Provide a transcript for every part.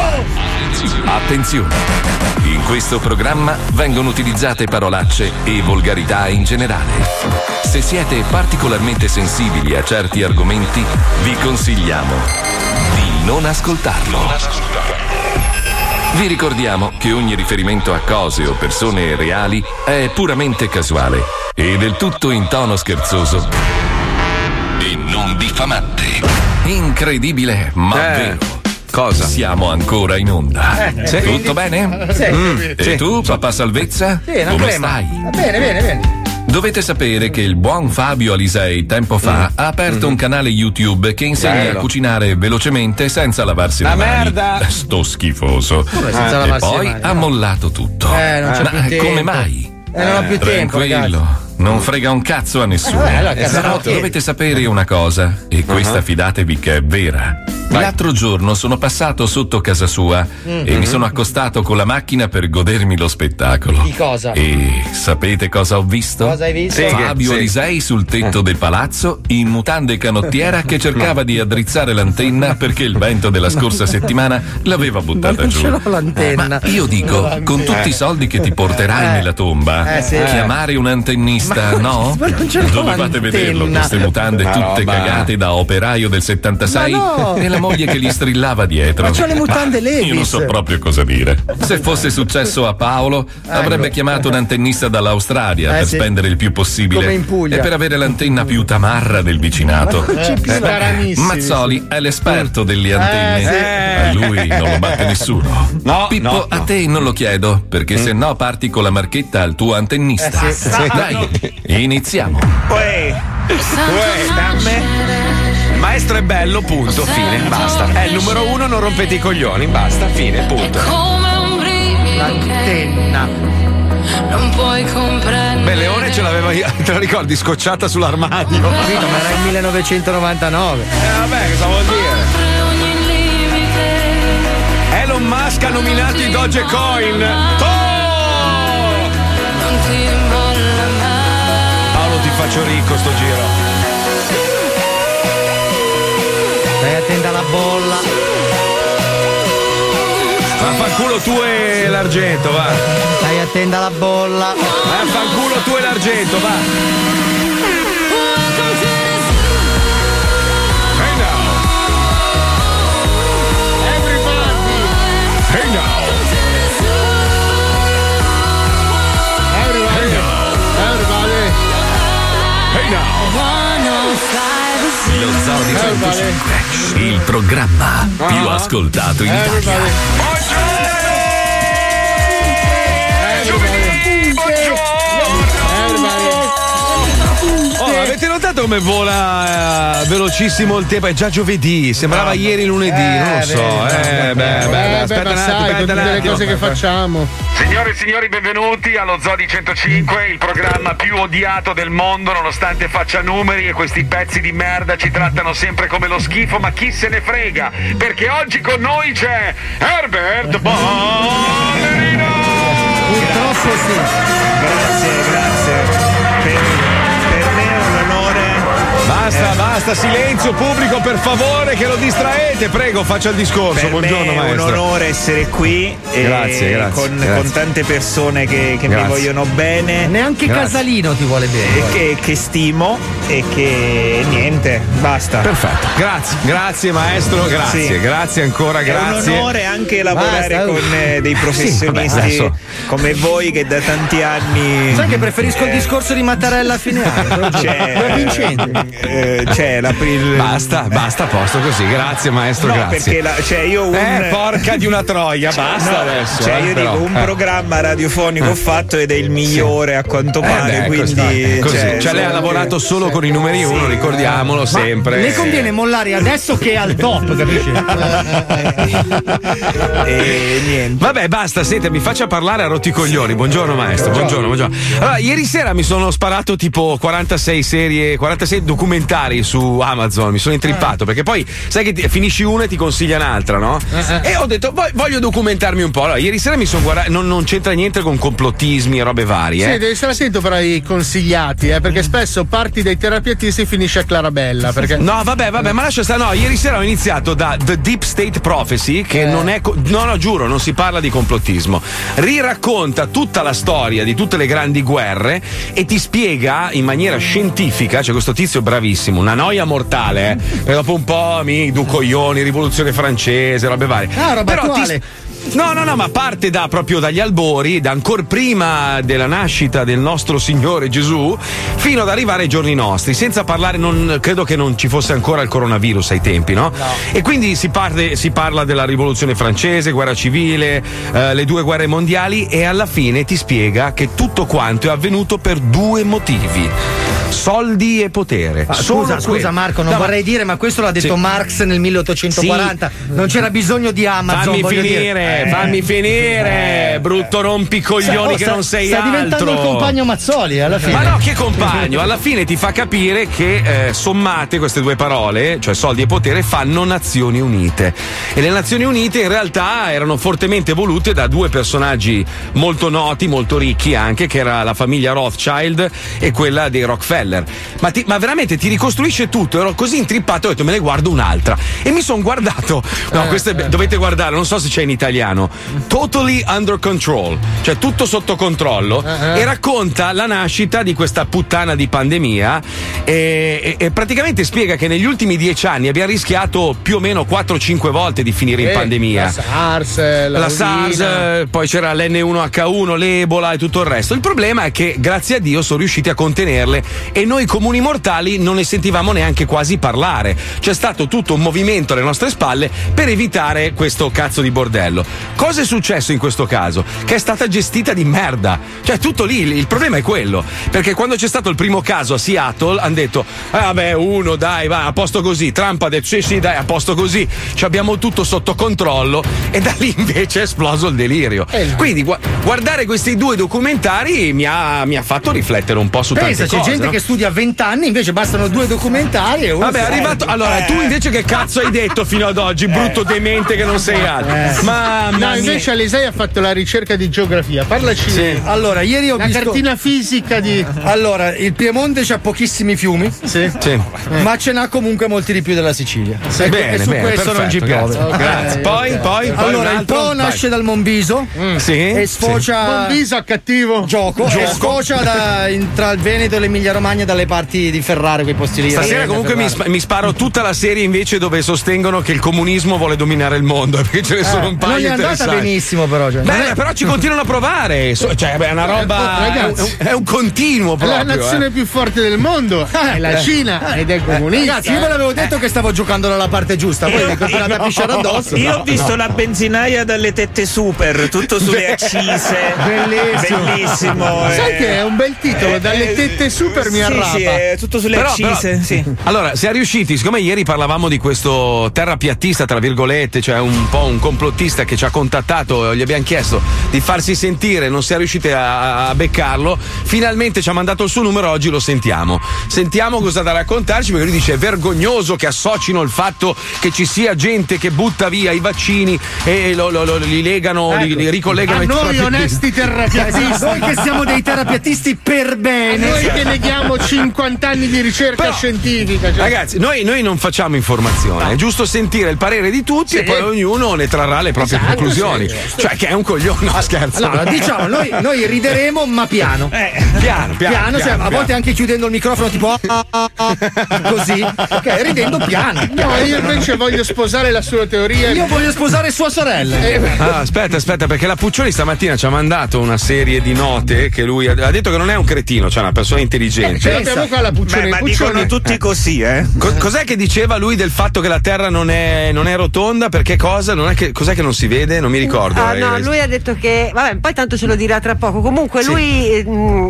Attenzione! In questo programma vengono utilizzate parolacce e volgarità in generale. Se siete particolarmente sensibili a certi argomenti, vi consigliamo di non ascoltarlo. Vi ricordiamo che ogni riferimento a cose o persone reali è puramente casuale e del tutto in tono scherzoso e non diffamante. Incredibile, ma vero. Cosa? Siamo ancora in onda. Tutto bene? Sì. E tu, papà Salvezza? Sì, come stai? Bene. Dovete sapere che il buon Fabio Alisei tempo fa ha aperto un canale YouTube che insegna a cucinare velocemente senza lavarsi le mani. Merda! Sto schifoso. Come senza E lavarsi poi le mani? ha mollato tutto. Non c'è più tempo. Come mai? Non ho più tempo, Tranquillo, non frega un cazzo a nessuno. Però Dovete sapere una cosa, e questa fidatevi che è vera. L'altro giorno sono passato sotto casa sua e mi sono accostato con la macchina per godermi lo spettacolo. Di cosa? E sapete cosa ho visto? Cosa hai visto? Fabio Alisei sul tetto del palazzo in mutande canottiera che cercava di addrizzare l'antenna perché il vento della scorsa settimana l'aveva buttata non giù. ce l'ho l'antenna. Ma io dico, con tutti i soldi che ti porterai nella tomba, chiamare un antennista, no? Ma non ce l'ho Dovevate l'antenna. vederlo, queste mutande tutte cagate da operaio del 76 Ma no. e la moglie che gli strillava dietro. Ma c'ho le mutande Levi's. Io non so proprio cosa dire. Se fosse successo a Paolo, avrebbe chiamato un antennista dall'Australia per spendere il più possibile Come in Puglia. e per avere l'antenna più tamarra del vicinato. Mazzoli è l'esperto delle antenne. A lui non lo batte nessuno. No, Pippo, a te non lo chiedo, perché se no parti con la marchetta al tuo antennista. Dai, iniziamo. Uè, dammi. Maestro è bello, punto, fine, basta. È il numero 1, non rompete i coglioni, basta, fine, punto. L'antenna. Non puoi comprendere. Beh, Leone ce l'aveva, te la ricordi, scocciata sull'armadio. Capito, ma era il 1999. Vabbè, cosa vuol dire? Elon Musk ha nominato i Dogecoin. Non ti imbolla mai. Paolo, ti faccio ricco sto giro. Stai attenta alla bolla. Vaffanculo tu e l'argento, va. Stai attenta alla bolla. Vaffanculo tu e l'argento, va. Hey now. Everybody. Hey now. Hey now. Lo Zoo di 105, il programma più ascoltato in Italia. Avete notato come vola velocissimo il tempo? È già giovedì, sembrava ieri lunedì, non lo so. Aspetta un attimo, delle cose che facciamo. Signore e signori, benvenuti allo Zoo di 105, il programma più odiato del mondo, nonostante faccia numeri e questi pezzi di merda ci trattano sempre come lo schifo, ma chi se ne frega? Perché oggi con noi c'è Herbert Ballerino! Purtroppo sì. Grazie. Per me è un onore. Basta, silenzio pubblico, per favore, che lo distraete. Prego, faccia il discorso. Per Buongiorno, me è maestro. un onore essere qui Grazie. con tante persone che mi vogliono bene. Neanche Casalino ti vuole bene. E che stimo e che niente, basta. Perfetto. Grazie maestro, Sì. grazie ancora, grazie. È un onore anche lavorare Basta. con dei professionisti adesso. come voi che da tanti anni. Sai che preferisco il discorso di Mattarella a fine anno. È vincente. C'è Basta, a posto così. Grazie maestro, No, grazie. perché io porca di una troia, basta adesso. io però. dico un programma radiofonico ho fatto ed è il migliore a quanto pare, quindi così. Cioè, lei ha sono lavorato solo con i numeri 1, ricordiamolo sempre. Le conviene mollare adesso che è al top, capisci? e niente. Vabbè, basta, senta, mi faccia parlare a rotti i coglioni. Buongiorno maestro, buongiorno. Allora, ieri sera mi sono sparato tipo 46 documentari documentari su Amazon, mi sono intrippato perché poi sai che finisci una e ti consiglia un'altra, no? E ho detto voglio documentarmi un po'. Allora, ieri sera mi sono guardato, non c'entra niente con complottismi e robe varie. Sì, devi stare attento però ai consigliati, perché spesso parti dai terapeutisti e finisci a Clarabella. Perché... No, vabbè, ma lascia stare. No, ieri sera ho iniziato da The Deep State Prophecy, che non è. No, giuro, non si parla di complottismo. Riracconta tutta la storia di tutte le grandi guerre e ti spiega in maniera scientifica. C'è questo tizio bravissimo, una noia mortale, e dopo un po' du coglioni, rivoluzione francese, robe varie. Roba però attuale. No, ma parte proprio dagli albori, da ancora prima della nascita del nostro Signore Gesù, fino ad arrivare ai giorni nostri, senza parlare, credo che non ci fosse ancora il coronavirus ai tempi, no? E quindi si parla della rivoluzione francese, guerra civile, le 2 guerre mondiali, e alla fine ti spiega che tutto quanto è avvenuto per 2 motivi: soldi e potere. Scusa Marco, non vorrei dire, ma questo l'ha detto Marx nel 1840. Non c'era bisogno di Amazon. Fammi finire, brutto rompicoglioni che non sei altro. Sta diventando il compagno Mazzoli alla fine. Ma no, che compagno? Alla fine ti fa capire che sommate queste 2 parole, cioè soldi e potere, fanno Nazioni Unite. E le Nazioni Unite in realtà erano fortemente volute da 2 personaggi molto noti, molto ricchi anche, che era la famiglia Rothschild e quella dei Rockefeller. Ma veramente ti ricostruisce tutto. Ero così intrippato, ho detto me ne guardo un'altra. E mi sono guardato. No, dovete guardare, non so se c'è in italiano. Totally Under Control, cioè tutto sotto controllo, e racconta la nascita di questa puttana di pandemia e praticamente spiega che negli ultimi 10 anni abbiamo rischiato più o meno 4-5 volte di finire in pandemia. La SARS, poi c'era l'N1H1, l'Ebola e tutto il resto. Il problema è che grazie a Dio sono riusciti a contenerle e noi comuni mortali non ne sentivamo neanche quasi parlare. C'è stato tutto un movimento alle nostre spalle per evitare questo cazzo di bordello. Cosa è successo in questo caso? Che è stata gestita di merda. Cioè tutto lì, il problema è quello. Perché quando c'è stato il primo caso a Seattle hanno detto dai, va, a posto così. Trump ha detto sì dai, a posto così, ci abbiamo tutto sotto controllo, e da lì invece è esploso il delirio. Quindi guardare questi 2 documentari mi ha fatto riflettere un po' su tante cose. C'è gente che studia 20 anni, invece bastano 2 documentari e uno. Vabbè, è arrivato. Allora, tu invece che cazzo hai detto fino ad oggi, brutto demente che non sei altro? No, invece Alisei ha fatto la ricerca di geografia. Parlaci. Sì. Allora, ieri ho visto cartina fisica di. Allora, il Piemonte c'ha pochissimi fiumi, sì. ma ce n'ha comunque molti di più della Sicilia. Bene, e su questo perfetto, non ci piove. Grazie. Poi allora, il Po nasce dal Monviso e sfocia. Monviso a cattivo gioco. E sfocia tra il Veneto e l'Emilia Romagna, dalle parti di Ferrare, quei posti lì. Stasera comunque mi sparo tutta la serie invece dove sostengono che il comunismo vuole dominare il mondo, perché ce ne sono un paio non è andata interessanti. Benissimo, però. Però ci continuano a provare. Cioè, è una roba. Ragazzi, è un continuo proprio. La nazione più forte del mondo è la Cina ed è comunista. Ragazzi, io ve l'avevo detto che stavo giocando dalla parte giusta. Poi mi continuate a pisciare addosso. Io ho visto la benzinaia dalle tette super, tutto sulle accise. Bellissimo. Sai che è un bel titolo, dalle tette super mi arrapa. Sì, è tutto sulle accise. Sì. Allora, si è riusciti, siccome ieri parlavamo di questo terrapiattista, tra virgolette, cioè un po' un complottista che ci ha contattato, gli abbiamo chiesto di farsi sentire, non si è riusciti a beccarlo, finalmente ci ha mandato il suo numero, oggi lo sentiamo cosa da raccontarci, perché lui dice: è vergognoso che associno il fatto che ci sia gente che butta via i vaccini e li legano, li ricollegano ai noi onesti terrapiattisti, noi che siamo dei terrapiattisti per bene, noi che neghiamo 50 anni di ricerca scientifica, cioè. Ragazzi, noi non facciamo informazione, è giusto sentire il parere di tutti e poi ognuno ne trarrà le proprie conclusioni. Cioè che è un coglione, no, scherzo. Allora, diciamo, noi rideremo, ma piano. Piano, cioè, a volte anche chiudendo il microfono, tipo così. Ok, ridendo piano. No, io invece voglio sposare la sua teoria. Io voglio sposare sua sorella. Aspetta, perché la Puccioni stamattina ci ha mandato una serie di note che lui ha detto che non è un cretino, cioè una persona intelligente. Ce l'abbiamo qua la Puccioni. Ma dicono tutti così, Cos'è che diceva lui del fatto che la Terra non è rotonda? Perché cosa? Cos'è che non si vede? Non mi ricordo. No, lui ha detto che vabbè, poi tanto ce lo dirà tra poco. Comunque lui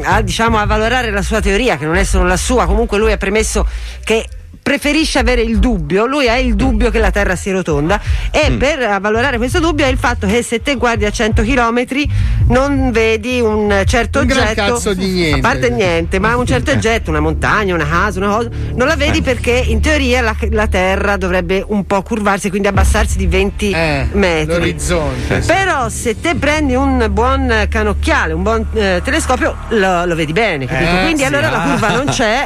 a valorare la sua teoria, che non è solo la sua, comunque lui ha premesso che preferisce avere il dubbio, lui ha il dubbio che la Terra sia rotonda, e per valorare questo dubbio è il fatto che se te guardi a 100 chilometri non vedi un certo un gran oggetto, cazzo di niente. a parte niente, ma un certo oggetto, una montagna, una casa, una cosa, non la vedi perché in teoria la Terra dovrebbe un po' curvarsi, quindi abbassarsi di 20 metri. L'orizzonte. Però se te prendi un buon canocchiale, un buon telescopio, lo vedi bene, capito? Quindi allora la curva non c'è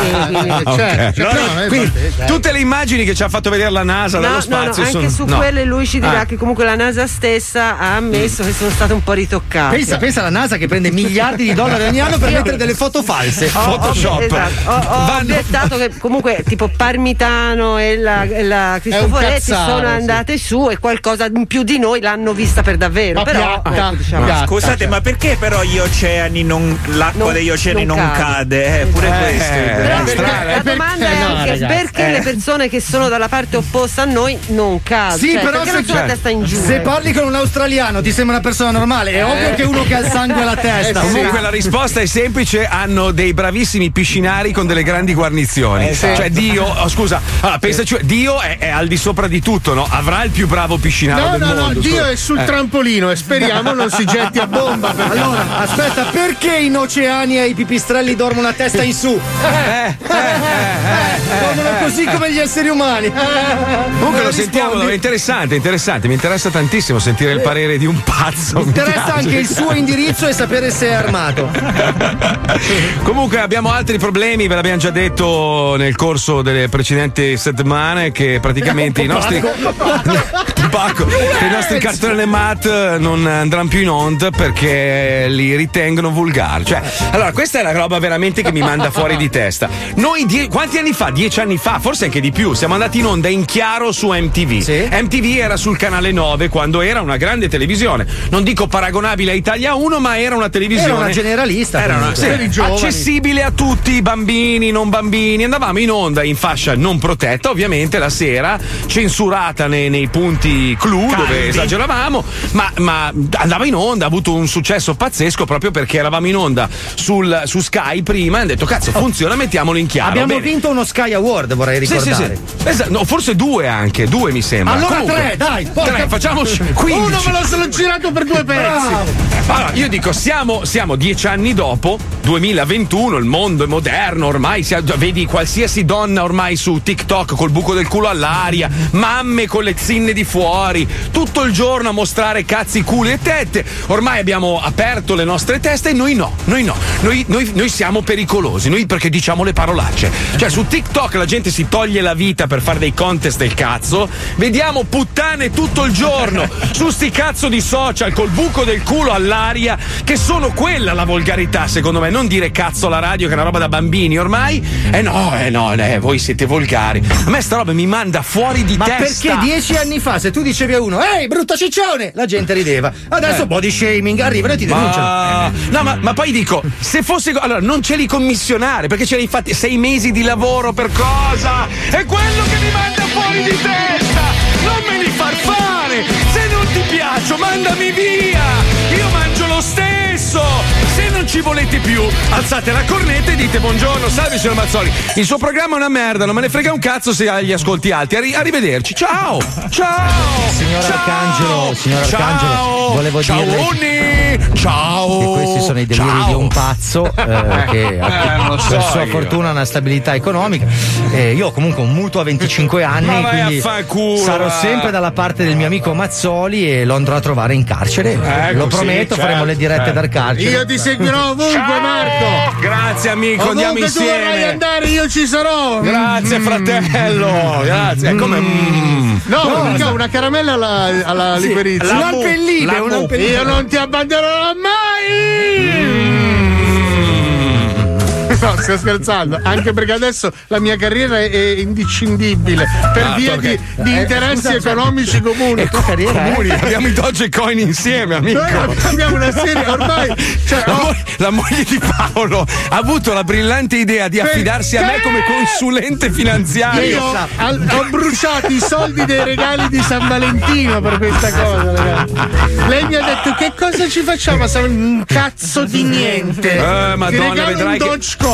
quindi tutte le immagini che ci ha fatto vedere la NASA dallo spazio anche su quelle lui ci dirà che comunque la NASA stessa ha ammesso che sono state un po' ritoccate. Pensa alla NASA che prende miliardi di dollari ogni anno per mettere delle foto false. Photoshop. Ho obiettato che comunque tipo Parmitano e la Cristoforetti sono andate su e qualcosa in più di noi l'hanno vista per davvero. Però scusate, ma perché però gli oceani l'acqua degli oceani non cade? Pure questo. La domanda è anche perché le persone che sono dalla parte opposta a noi non cadono. Sì, però perché non c'è la testa in giù. Se parli con un australiano ti sembra una persona normale, è ovvio che uno che ha il sangue alla testa. Comunque la risposta è semplice: hanno dei bravissimi piscinari con delle grandi guarnizioni. Cioè Dio, pensaci, Dio è al di sopra di tutto, no? Avrà il più bravo piscinaro del mondo. No, Dio è sul trampolino e speriamo non si getti a bomba. Allora, aspetta, perché in Oceania i pipistrelli dormono a testa in su? Dormono così come gli esseri umani. Comunque lo sentiamo, è interessante, mi interessa tantissimo sentire il parere di un pazzo. Mi interessa anche il suo indirizzo e sapere se è armato. Comunque abbiamo altri problemi, ve l'abbiamo già detto nel corso delle precedenti settimane, che praticamente i nostri cartoni animati non andranno più in onda perché li ritengono volgari. Cioè, allora, questa è la roba veramente che mi manda fuori di testa. Noi quanti anni fa? 10 anni fa, forse anche di più, siamo andati in onda in chiaro su MTV. Sì. MTV era sul canale 9 quando era una grande televisione. Non dico paragonabile a Italia 1, ma era una televisione. Era una generalista. Accessibile a tutti, bambini, non bambini. Andavamo in onda in fascia non protetta, ovviamente la sera, censurata nei punti clou dove esageravamo, ma andava in onda, ha avuto un successo pazzesco proprio perché eravamo in onda su Sky prima e hanno detto cazzo funziona, mettiamolo in chiaro. Abbiamo vinto uno Sky Award, vorrei ricordare. Esatto, no, forse 2 anche, 2 mi sembra. Allora comunque, 3, dai, facciamo 15. Uno me lo sono girato per 2 pezzi. Allora, io dico, siamo 10 anni dopo, 2021, il mondo è moderno, ormai vedi qualsiasi donna ormai su TikTok col buco del culo all'aria, mamme con le zinne di fuori, tutto il giorno a mostrare cazzi, culi e tette. Ormai abbiamo aperto le nostre teste e noi no. Noi siamo pericolosi, noi perché diciamo le parolacce. Cioè su TikTok la gente si toglie la vita per fare dei contest del cazzo, vediamo puttane tutto il giorno su sti cazzo di social col buco del culo all'aria, che sono quella la volgarità secondo me, non dire cazzo alla radio che è una roba da bambini ormai. Voi siete volgari. A me sta roba mi manda fuori di testa. Ma perché 10 anni fa se tu dicevi a uno ehi brutto ciccione, la gente rideva. Adesso body shaming, arrivano e ti denunciano. No, ma poi dico, se fosse allora non ce li commissionare, perché ce li fatti 6 mesi di lavoro per cosa? È quello che mi manda fuori di testa. Non me li far fare. Se non ti piaccio mandami via. Io mangio lo stesso. Se non ci volete più, alzate la cornetta e dite buongiorno, salve signor Mazzoli. Il suo programma è una merda, non me ne frega un cazzo se ha gli ascolti alti. Arrivederci. Ciao. Signor Arcangelo, volevo dirle ciao. che questi sono i deliri di un pazzo che per sua fortuna ha una stabilità economica. Io ho comunque un mutuo a 25 anni, quindi sarò sempre dalla parte del mio amico Mazzoli e lo andrò a trovare in carcere. Lo prometto, faremo le dirette dal carcere. Io ti seguirò ovunque, Marco. Grazie amico, ovunque andiamo insieme. Tu vorrai andare, io ci sarò. Grazie fratello. Grazie. È come perché ho una caramella alla liquerizia. Un'alpellite. Io non ti abbandonerò mai. No, sto scherzando, anche perché adesso la mia carriera è indiscindibile per via di interessi economici comuni. Abbiamo i Dogecoin insieme, amico. Noi abbiamo una serie ormai. La moglie di Paolo ha avuto la brillante idea di affidarsi a me come consulente finanziario. Io ho bruciato i soldi dei regali di San Valentino per questa cosa, ragazzi. Lei mi ha detto che cosa ci facciamo? Siamo un cazzo di niente. Madonna, ti regalo vedrai un Dogecoin.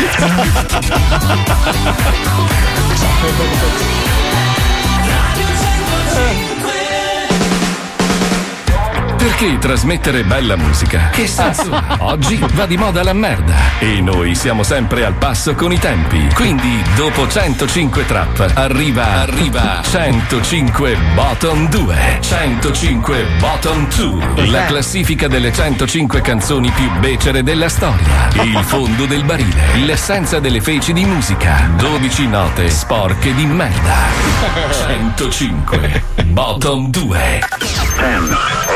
Perché trasmettere bella musica? Che senso ha? Oggi va di moda la merda e noi siamo sempre al passo con i tempi. Quindi dopo 105 trap arriva 105 Bottom 2, 105 Bottom 2, la classifica delle 105 canzoni più becere della storia. Il fondo del barile, l'essenza delle feci di musica, 12 note sporche di merda. 105 Bottom 2. 5,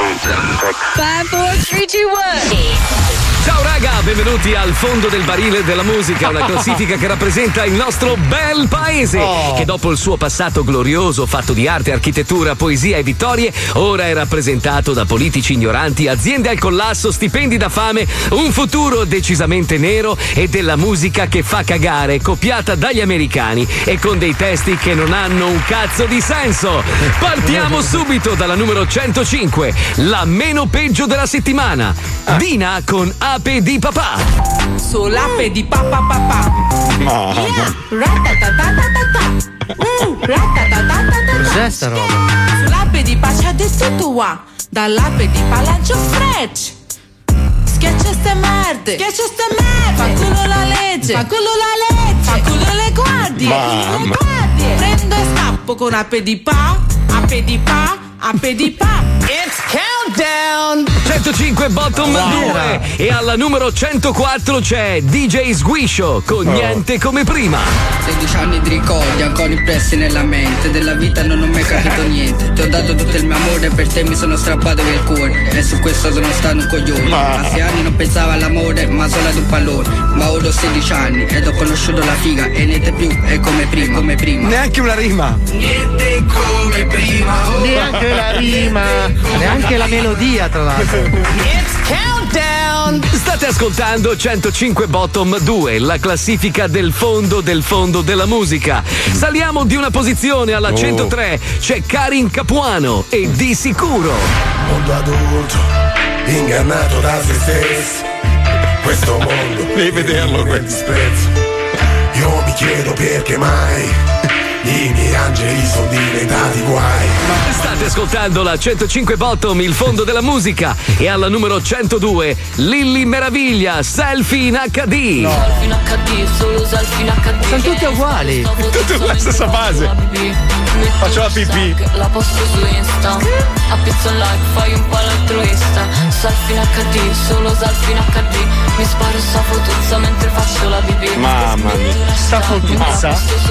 4, 3, 2, 1. Ciao raga, benvenuti al fondo del barile della musica, una classifica che rappresenta il nostro bel paese, che dopo il suo passato glorioso fatto di arte, architettura, poesia e vittorie, ora è rappresentato da politici ignoranti, aziende al collasso, stipendi da fame, un futuro decisamente nero e della musica che fa cagare, copiata dagli americani e con dei testi che non hanno un cazzo di senso. Partiamo subito dalla numero 105, la meno peggio della settimana. Dina con Ape di papà. Sull'ape di papà papà. Cos'è sta roba? Sull'ape di papà di tutua. Dall'ape di palagio frecce. Schiaccia ste merde. Fa culo la legge. Fa culo le guardie. Prendo e scappo con ape di pa. Ape di pa. It's countdown. 105 Bottom 2 e alla numero 104 c'è DJ Sguiscio con Niente come prima. 16 anni di ricordi ancora impressi nella mente. Della vita non ho mai capito niente. Ti ho dato tutto il mio amore, per te mi sono strappato via il cuore. E su questo sono stato un coglione. A 6 anni non pensavo all'amore, ma solo ad un pallone. Ma ora ho 16 anni ed ho conosciuto la figa. E niente più è come prima. Neanche una rima. Niente come prima. Neanche la rima. Neanche la melodia, tra l'altro. It's countdown. State ascoltando 105 Bottom 2, la classifica del fondo della musica. Saliamo di una posizione alla 103, c'è Karin Capuano e Di Sicuro. Mondo adulto, ingannato da se stesso. Questo mondo devi vederlo quel disprezzo. Io mi chiedo perché mai i miei angeli sono diventati guai. State ascoltando la 105 Bottom, il fondo della musica, e alla numero 102 Lilli Meraviglia, Selfie in HD. Selfie in HD, solo selfie in HD. Sono tutti uguali. Tutti la stessa fase. Faccio la pipì. La posto su Insta. A pizza like, fai un po' l'altruista. Selfie in HD, solo selfie in HD. Mi sparo sta fotuzza mentre faccio la pipì. Mamma mia. Sta fotuzza?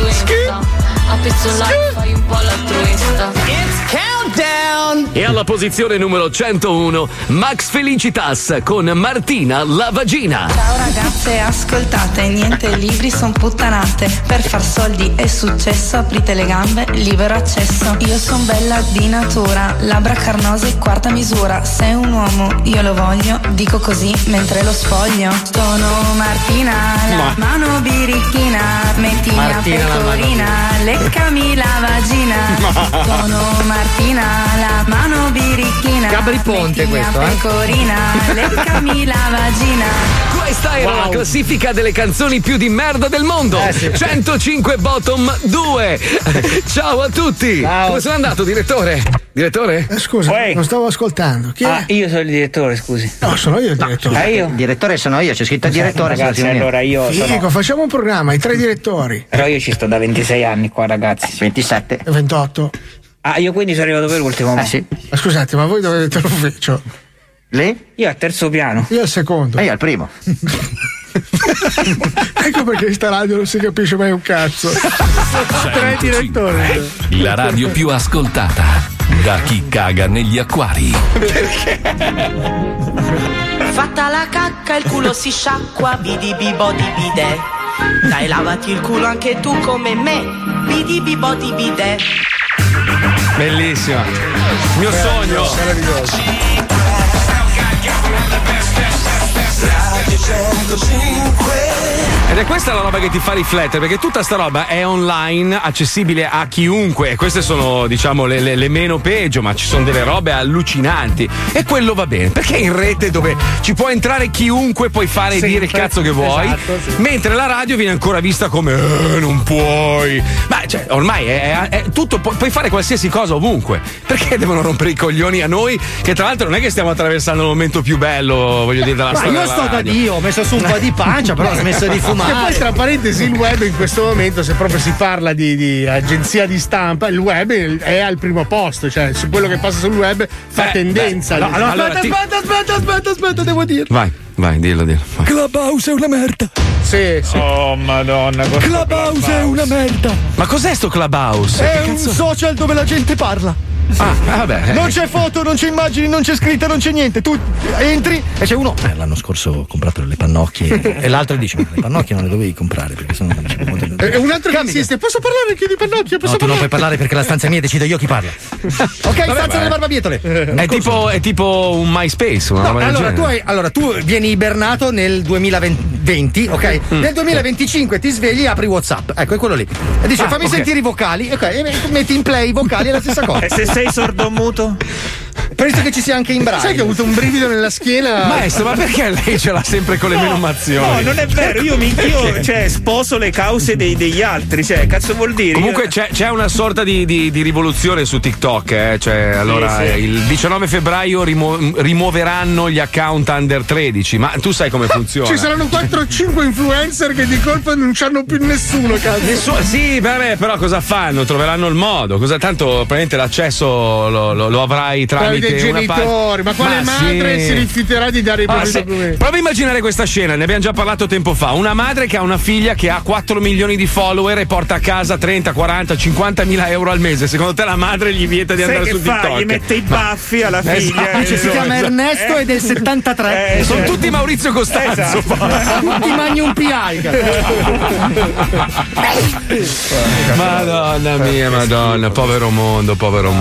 A pizza like, fai un po' l'altruista. It's countdown. E alla posizione numero 101 Max Felicitas con Martina la vagina. Ciao ragazze, ascoltate, niente libri son puttanate. Per far soldi è successo, aprite le gambe, libero accesso. Io son bella di natura, labbra carnose, quarta misura. Se un uomo io lo voglio, dico così mentre lo spoglio. Sono Martina, la mano birichina, mettimi a pecorina, leccami la vagina. Sono Martina, la mano birichina, Gabri Ponte questo, pecorina, leccami la vagina. Questa era la classifica delle canzoni più di merda del mondo. 105 Bottom 2. Ciao a tutti. Ciao. Come sono andato, direttore? Direttore? Scusa, non stavo ascoltando. Chi è? Io sono il direttore, scusi. No, sono io il direttore. Io? Il direttore sono io, c'è scritto direttore. Ragazzi, allora io Dico, facciamo un programma, i 3 direttori. Però io ci sto da 26 anni qua, ragazzi. 27. 28. Ah, io quindi sono arrivato per ultimo. Sì. Ma scusate, ma voi dove avete l'ufficio? Lei? Io al terzo piano. Io al secondo. E io al primo. Ecco perché in sta radio non si capisce mai un cazzo. 3 direttori. La radio più ascoltata da chi caga negli acquari. Perché? Fatta la cacca il culo si sciacqua, bidi bibo di bide. Dai, lavati il culo anche tu come me, bidi bibo di bide. Bellissima. Mio sogno. Radio 105. Ed è questa la roba che ti fa riflettere, perché tutta sta roba è online, accessibile a chiunque, e queste sono, diciamo, le meno peggio, ma ci sono delle robe allucinanti, e quello va bene, perché in rete dove ci può entrare chiunque, puoi fare e dire il cazzo che vuoi, esatto, sì. Mentre la radio viene ancora vista come non puoi, ma cioè, ormai è tutto, puoi fare qualsiasi cosa ovunque, perché devono rompere i coglioni a noi, che tra l'altro non è che stiamo attraversando il momento più bello, voglio dire, della storia. Ma io sto da Dio, ho messo su un po' di pancia, però ho smesso di fumare. E poi, tra parentesi, il web in questo momento, se proprio si parla di agenzia di stampa, il web è al primo posto, cioè su quello che passa sul web fa tendenza. No, allora, aspetta, devo dire. Vai, dillo. Vai. Clubhouse è una merda. Sì. Oh, madonna. Clubhouse è una merda. Ma cos'è sto Clubhouse? È un social dove la gente parla. Vabbè. Non c'è foto, non c'è immagini, non c'è scritta, non c'è niente. Tu entri e c'è uno. L'anno scorso ho comprato le pannocchie. E l'altro dice: le pannocchie non le dovevi comprare perché sono. E un altro che insiste: posso parlare anche di pannocchie? No, tu non puoi parlare perché la stanza è mia e decido io chi parla. Ok, stanza delle barbabietole. È tipo un MySpace. Allora tu vieni ibernato nel 2020, ok? Nel 2025 ti svegli e apri WhatsApp. Ecco, è quello lì. E dice: fammi sentire i vocali. Ok, e metti in play i vocali, è la stessa cosa. E se sei sordomuto? Penso che ci sia anche in braille. Sai che ho avuto un brivido nella schiena? Maestro, ma perché lei ce l'ha sempre con le menomazioni? No, non è vero, io cioè, sposo le cause degli altri, cioè, cazzo vuol dire? Comunque c'è una sorta di rivoluzione su TikTok, cioè, allora sì. Il 19 febbraio rimuoveranno gli account under 13, ma tu sai come funziona? Ci saranno 4 o 5 influencer che di colpa non c'hanno più nessuno, cazzo. Sì, però cosa fanno? Troveranno il modo, tanto probabilmente l'accesso lo avrai tramite dei genitori, ma quale madre si rifiuterà di dare i propri documenti? Prova a immaginare questa scena, ne abbiamo già parlato tempo fa. Una madre che ha una figlia che ha 4 milioni di follower e porta a casa 30, 40, 50 mila euro al mese. Secondo te la madre gli vieta di andare su TikTok? Gli mette i baffi alla figlia. Si chiama Ernesto ed è del 73. Sono tutti Maurizio Costanzo. Tutti Magnum PI. Madonna mia, madonna, povero mondo.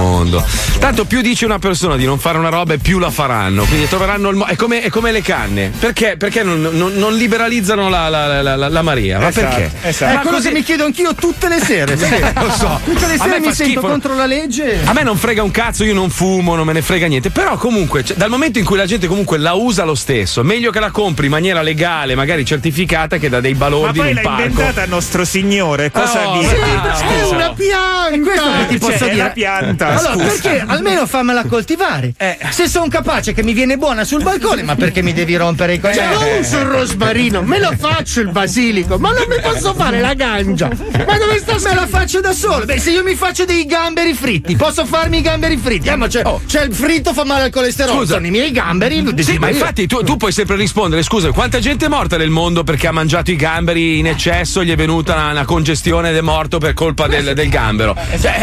Tanto più dice una persona di non fare una roba e più la faranno, quindi troveranno il è come le canne. Perché non liberalizzano la Maria? Ma perché? È quello che mi chiedo anch'io tutte le sere. Lo so. Tutte le sere mi sento contro la legge. A me non frega un cazzo, io non fumo, non me ne frega niente. Però comunque, dal momento in cui la gente comunque la usa lo stesso, meglio che la compri in maniera legale, magari certificata, che da dei balordi in un parco. Ma poi l'ha inventata nostro signore, cosa dice? È una pianta. Questo che ti posso dire. È una pianta. Allora, perché almeno fammela coltivare. Se sono capace che mi viene buona sul balcone, ma perché mi devi rompere i coglioni? Non uso il rosmarino, me lo faccio il basilico, ma non mi posso fare la ganja. Ma dove sta? Me la faccio da solo. Beh, se io mi faccio dei gamberi fritti, posso farmi i gamberi fritti. Ma c'è il fritto fa male al colesterolo. Scusa, sono i miei gamberi. Sì, ma infatti tu puoi sempre rispondere: scusa, quanta gente è morta nel mondo perché ha mangiato i gamberi in eccesso, gli è venuta una congestione ed è morto per colpa del gambero.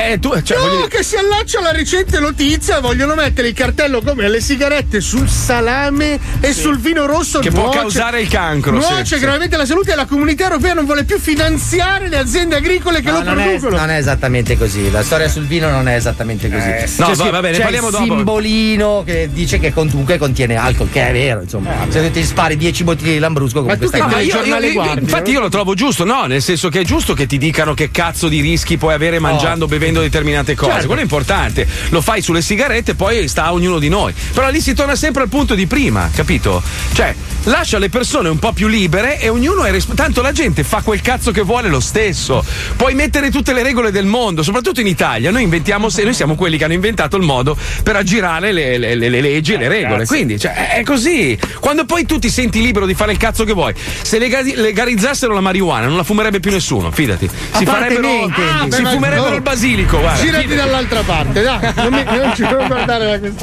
Che si allaccia alla recente notizia, vogliono mettere il cartello come le sigarette sul salame e sul vino rosso che può causare il cancro. Nuoce gravemente la salute, e la comunità europea non vuole più finanziare le aziende agricole che lo producono. Non è esattamente così. La storia sul vino non è esattamente così. Va bene, parliamo dopo. C'è il simbolino che dice che comunque contiene alcol, che è vero, insomma. Se tu ti spari 10 bottiglie di Lambrusco, comunque infatti io lo trovo giusto, no? Nel senso che è giusto che ti dicano che cazzo di rischi puoi avere mangiando o bevendo determinate cose. Certo. Quello è importante. Lo fai sulle sigarette, poi sta a ognuno di noi. Però lì si torna sempre al punto di prima, capito? Cioè, lascia le persone un po' più libere e ognuno è tanto la gente fa quel cazzo che vuole lo stesso. Puoi mettere tutte le regole del mondo, soprattutto in Italia. Noi siamo quelli che hanno inventato il modo per aggirare le leggi e le regole. Quindi, è così. Quando poi tu ti senti libero di fare il cazzo che vuoi, se legalizzassero la marijuana non la fumerebbe più nessuno, fidati. Si fumerebbero il basilico. Guarda, girati dall'altra parte, dai. Non ci devo guardare da questa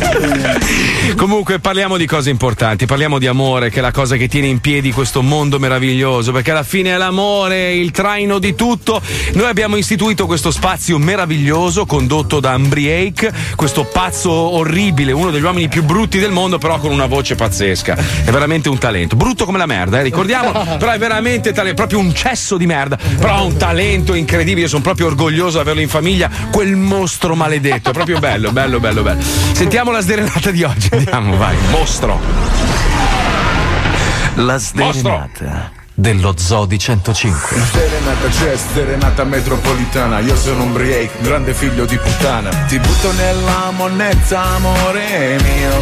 parte. Comunque parliamo di cose importanti, parliamo di amore, che è la cosa che tiene in piedi questo mondo meraviglioso, perché alla fine è l'amore il traino di tutto. Noi abbiamo istituito questo spazio meraviglioso condotto da Ambriake, questo pazzo orribile, uno degli uomini più brutti del mondo, però con una voce pazzesca. È veramente un talento, brutto come la merda, ricordiamo, però è veramente proprio un cesso di merda, però ha un talento incredibile. Io sono proprio orgoglioso di averlo in famiglia, quel mostro maledetto, è proprio bello. Sentiamo la sderenata di oggi, andiamo, vai, mostro. La sderenata dello Zoo di 105. Serenata jazz, serenata metropolitana. Io sono un break, grande figlio di puttana. Ti butto nella monnezza, amore mio.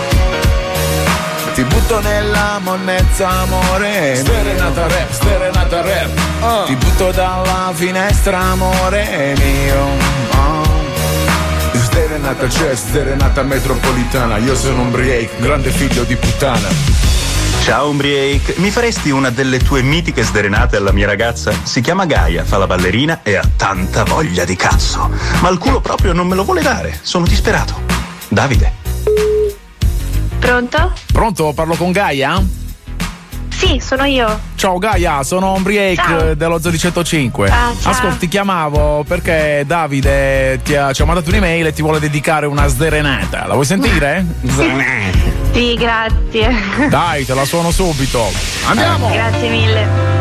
Ti butto nella monnezza, amore mio. Serenata rap, serenata rap. Ti butto dalla finestra, amore mio. Serenata jazz, serenata metropolitana. Io sono un break, grande figlio di puttana. Ciao Umbriake, mi faresti una delle tue mitiche sderenate alla mia ragazza? Si chiama Gaia, fa la ballerina e ha tanta voglia di cazzo. Ma il culo proprio non me lo vuole dare, sono disperato. Davide. Pronto? Pronto, parlo con Gaia? Sì, sono io. Ciao Gaia, sono Umbriake dello Zoo di 105. Ciao. Ascolta, ti chiamavo perché Davide ci ha mandato un'email e ti vuole dedicare una sderenata. La vuoi sentire? Sì, grazie. Dai, te la suono subito. Andiamo! Grazie mille.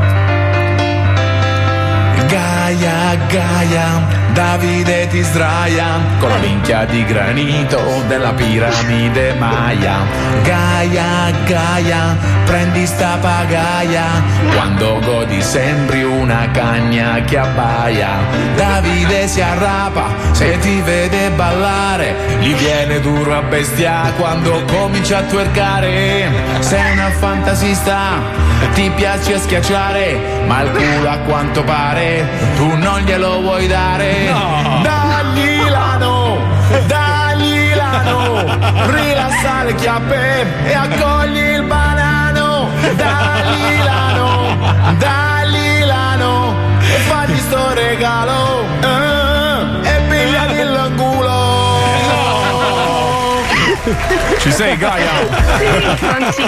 Gaia, Gaia, Davide ti sdraia con la minchia di granito della piramide Maya. Gaia, Gaia, prendi sta pagaia, quando godi sembri una cagna che abbaia. Davide si arrapa se ti vede ballare, gli viene duro a bestia quando comincia a twerkare. Sei una fantasista, ti piace schiacciare, ma il culo a quanto pare tu non glielo vuoi dare. No. Dagliela no, rilassa le chiappe e accogli il banano. Dagliela no, e fagli sto regalo e pigliati l'angulo. Ci sei, Gaia? Sì, non ci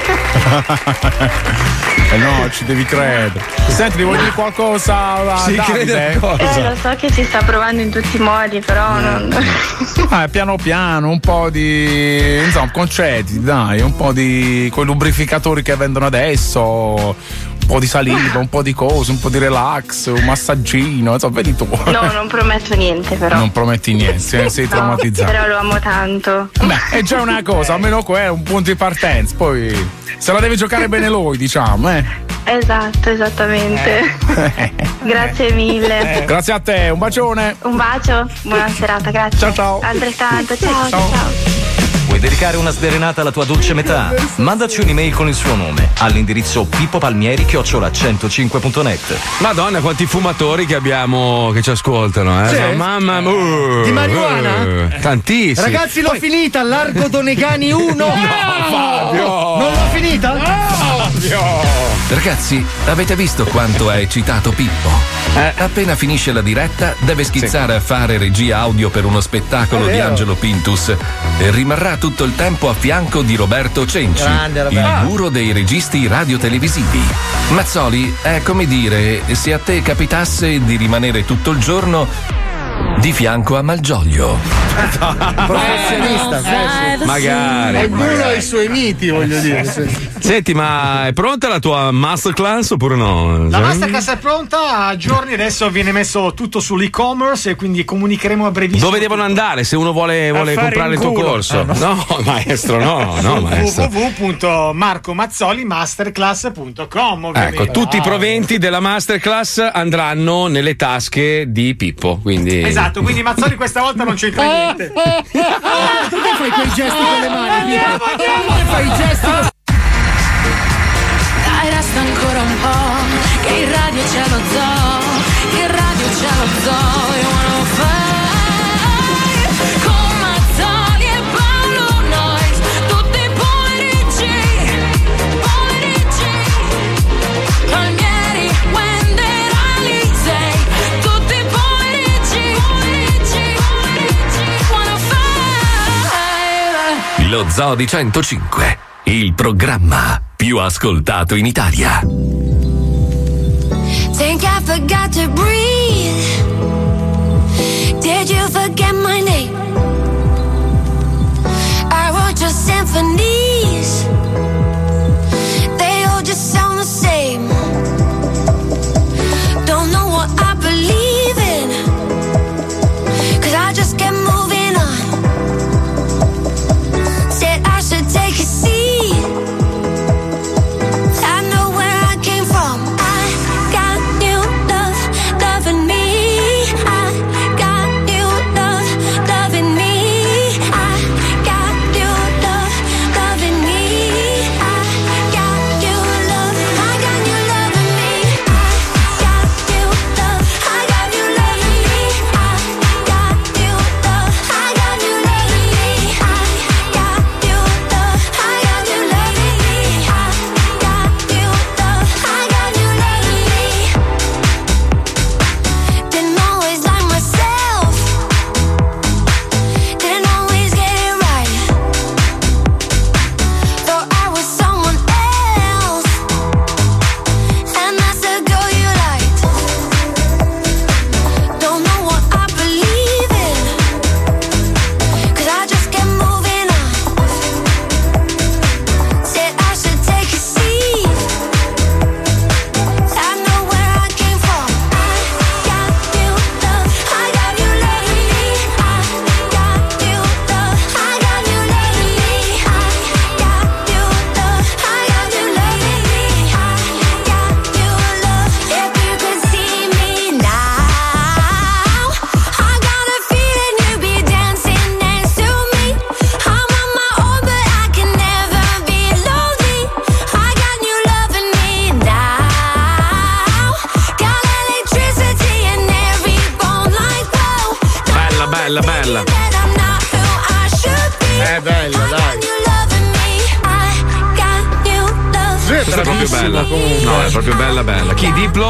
no, ci devi credere. Senti, devo dire qualcosa a Davide? Lo so che si sta provando in tutti i modi, però non... piano piano, un po' di... insomma, concedi, dai, un po' di quei lubrificatori che vendono adesso, un po' di saliva, un po' di cose, un po' di relax, un massaggino, insomma, vedi tu. No, non prometto niente, però. Non prometti niente, sei traumatizzato. Però lo amo tanto. Beh, è già una cosa, almeno quello è un punto di partenza, poi se la deve giocare bene lui, diciamo, Esatto, esattamente. Grazie mille. Grazie a te, un bacione. Un bacio, buona serata, grazie. Ciao ciao. Altrettanto, ciao. Vuoi dedicare una sderenata alla tua dolce metà? Mandaci un'email con il suo nome all'indirizzo pippopalmieri@105.net. Madonna, quanti fumatori che abbiamo che ci ascoltano, Sì. Mamma Di marijuana? Tantissimi. Ragazzi, l'ho finita, Largo Donegani 1. No, Fabio! Non l'ho finita? Ragazzi, avete visto quanto è eccitato Pippo? Appena finisce la diretta deve schizzare a fare regia audio per uno spettacolo di Angelo Pintus e rimarrà tutto il tempo a fianco di Roberto Cenci, Grande Roberto. il guru dei registi radiotelevisivi. Mazzoli, è come dire, se a te capitasse di rimanere tutto il giorno di fianco a Malgioglio. Professionista, Magari. ognuno ha i suoi miti, voglio dire. Senti, ma è pronta la tua masterclass oppure no? La masterclass è pronta, a giorni adesso viene messo tutto sull'e-commerce e quindi comunicheremo a brevissimo. Dove devono andare se uno vuole comprare il tuo corso? No, maestro, no, maestro. www.marcomazzolimasterclass.com. Ecco, tutti i proventi della masterclass andranno nelle tasche di Pippo, quindi... Esatto, quindi Mazzoli questa volta non c'entra niente. Perché fai quei gesti con le mani? Perché fai i gesti? Dai, resta ancora un po', che in radio c'è lo zoo, che in radio c'è lo zoo, io wanna fly, con Mazzoli e Paolo Noyes, tutti i pomeriggi, Palmieri, Wender, Alisei, tutti i pomeriggi, wanna fly. Lo Zoo di 105, il programma più ascoltato in Italia. Think I forgot to breathe. Did you forget my name? I wrote your symphonies. They all just sound the same. Don't know what I believe in, 'cause I just kept moving on. Said I should take a seat. I know where I bella, bella. Bella, dai. Questa è proprio bella. No, è proprio bella, bella. Chi, Diplo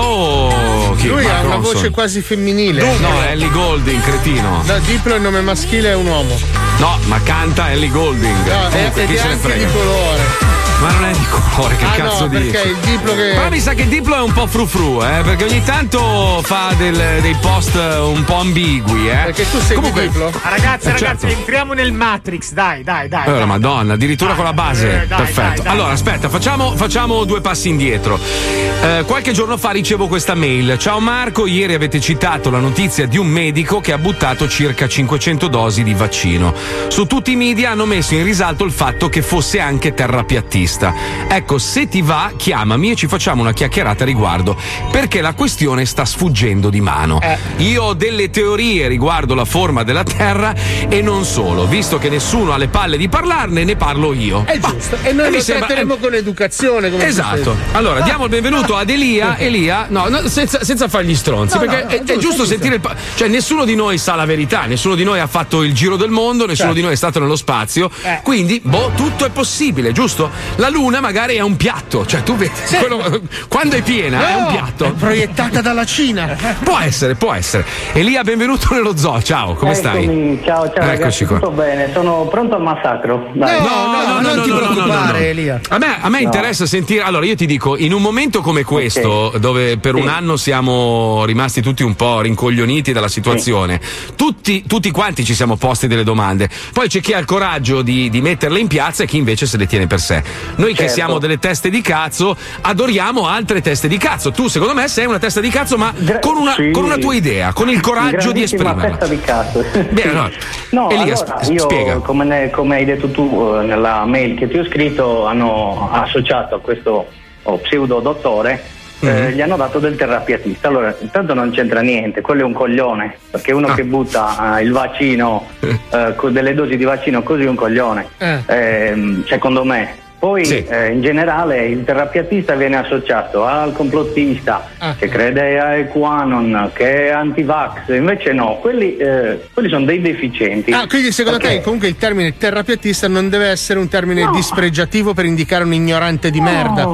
o chi? Lui Mark ha una Ronson? voce quasi femminile. No, è Ellie Goulding, cretino. No, Diplo il nome maschile è un uomo. No, ma canta Ellie Goulding. No, Comunque, chi è se ne anche frega? di colore. Ma non è di colore, che cazzo dici? Perché il Diplo che. Però mi sa che Diplo è un po' frufru, perché ogni tanto fa dei post un po' ambigui, Perché tu sei Comunque, Diplo? Ragazzi, certo. entriamo nel Matrix, dai. Allora, madonna, addirittura con la base. dai, Perfetto. dai. Allora, aspetta, facciamo 2 passi indietro. Qualche giorno fa ricevo questa mail. Ciao Marco, ieri avete citato la notizia di un medico che ha buttato circa 500 dosi di vaccino. Su tutti i media hanno messo in risalto il fatto che fosse anche terrapiattista. Ecco, se ti va, chiamami e ci facciamo una chiacchierata a riguardo, perché la questione sta sfuggendo di mano. Io ho delle teorie riguardo la forma della Terra e non solo, visto che nessuno ha le palle di parlarne, ne parlo io. È giusto. E noi lo tratteremo con educazione. Come Esatto. Allora, diamo il benvenuto ad Elia. Elia, no, senza fare gli stronzi, perché è giusto sentire cioè, nessuno di noi sa la verità, nessuno di noi ha fatto il giro del mondo, nessuno di noi è stato nello spazio. Quindi, tutto è possibile, giusto? La Luna magari è un piatto, cioè tu vedi quando è piena è un piatto. È proiettata dalla Cina. Può essere. Elia, benvenuto nello zoo. Ciao, come stai? Ciao ragazzi, qua. tutto bene, sono pronto al massacro. Dai. No, non ti preoccupare, Elia. A me interessa sentire. Allora, io ti dico, in un momento come questo, dove per un anno siamo rimasti tutti un po' rincoglioniti dalla situazione, tutti quanti ci siamo posti delle domande. Poi c'è chi ha il coraggio di metterle in piazza e chi invece se le tiene per sé. Noi che siamo delle teste di cazzo, adoriamo altre teste di cazzo. Tu, secondo me, sei una testa di cazzo, ma con una tua idea, con il coraggio di esprimerla. Testa di cazzo. Bene, no, Elia, allora, io, spiega. come hai detto tu nella mail che ti ho scritto, hanno associato a questo pseudo dottore, gli hanno dato del terrapiatista. Allora, intanto non c'entra niente, quello è un coglione, perché uno che butta il vaccino con delle dosi di vaccino così è un coglione, secondo me. Poi in generale il terrapiatista viene associato al complottista che crede ai QAnon, che è anti-vax, invece no, quelli sono dei deficienti. Quindi secondo te comunque il termine terrapiattista non deve essere un termine dispregiativo per indicare un ignorante di merda?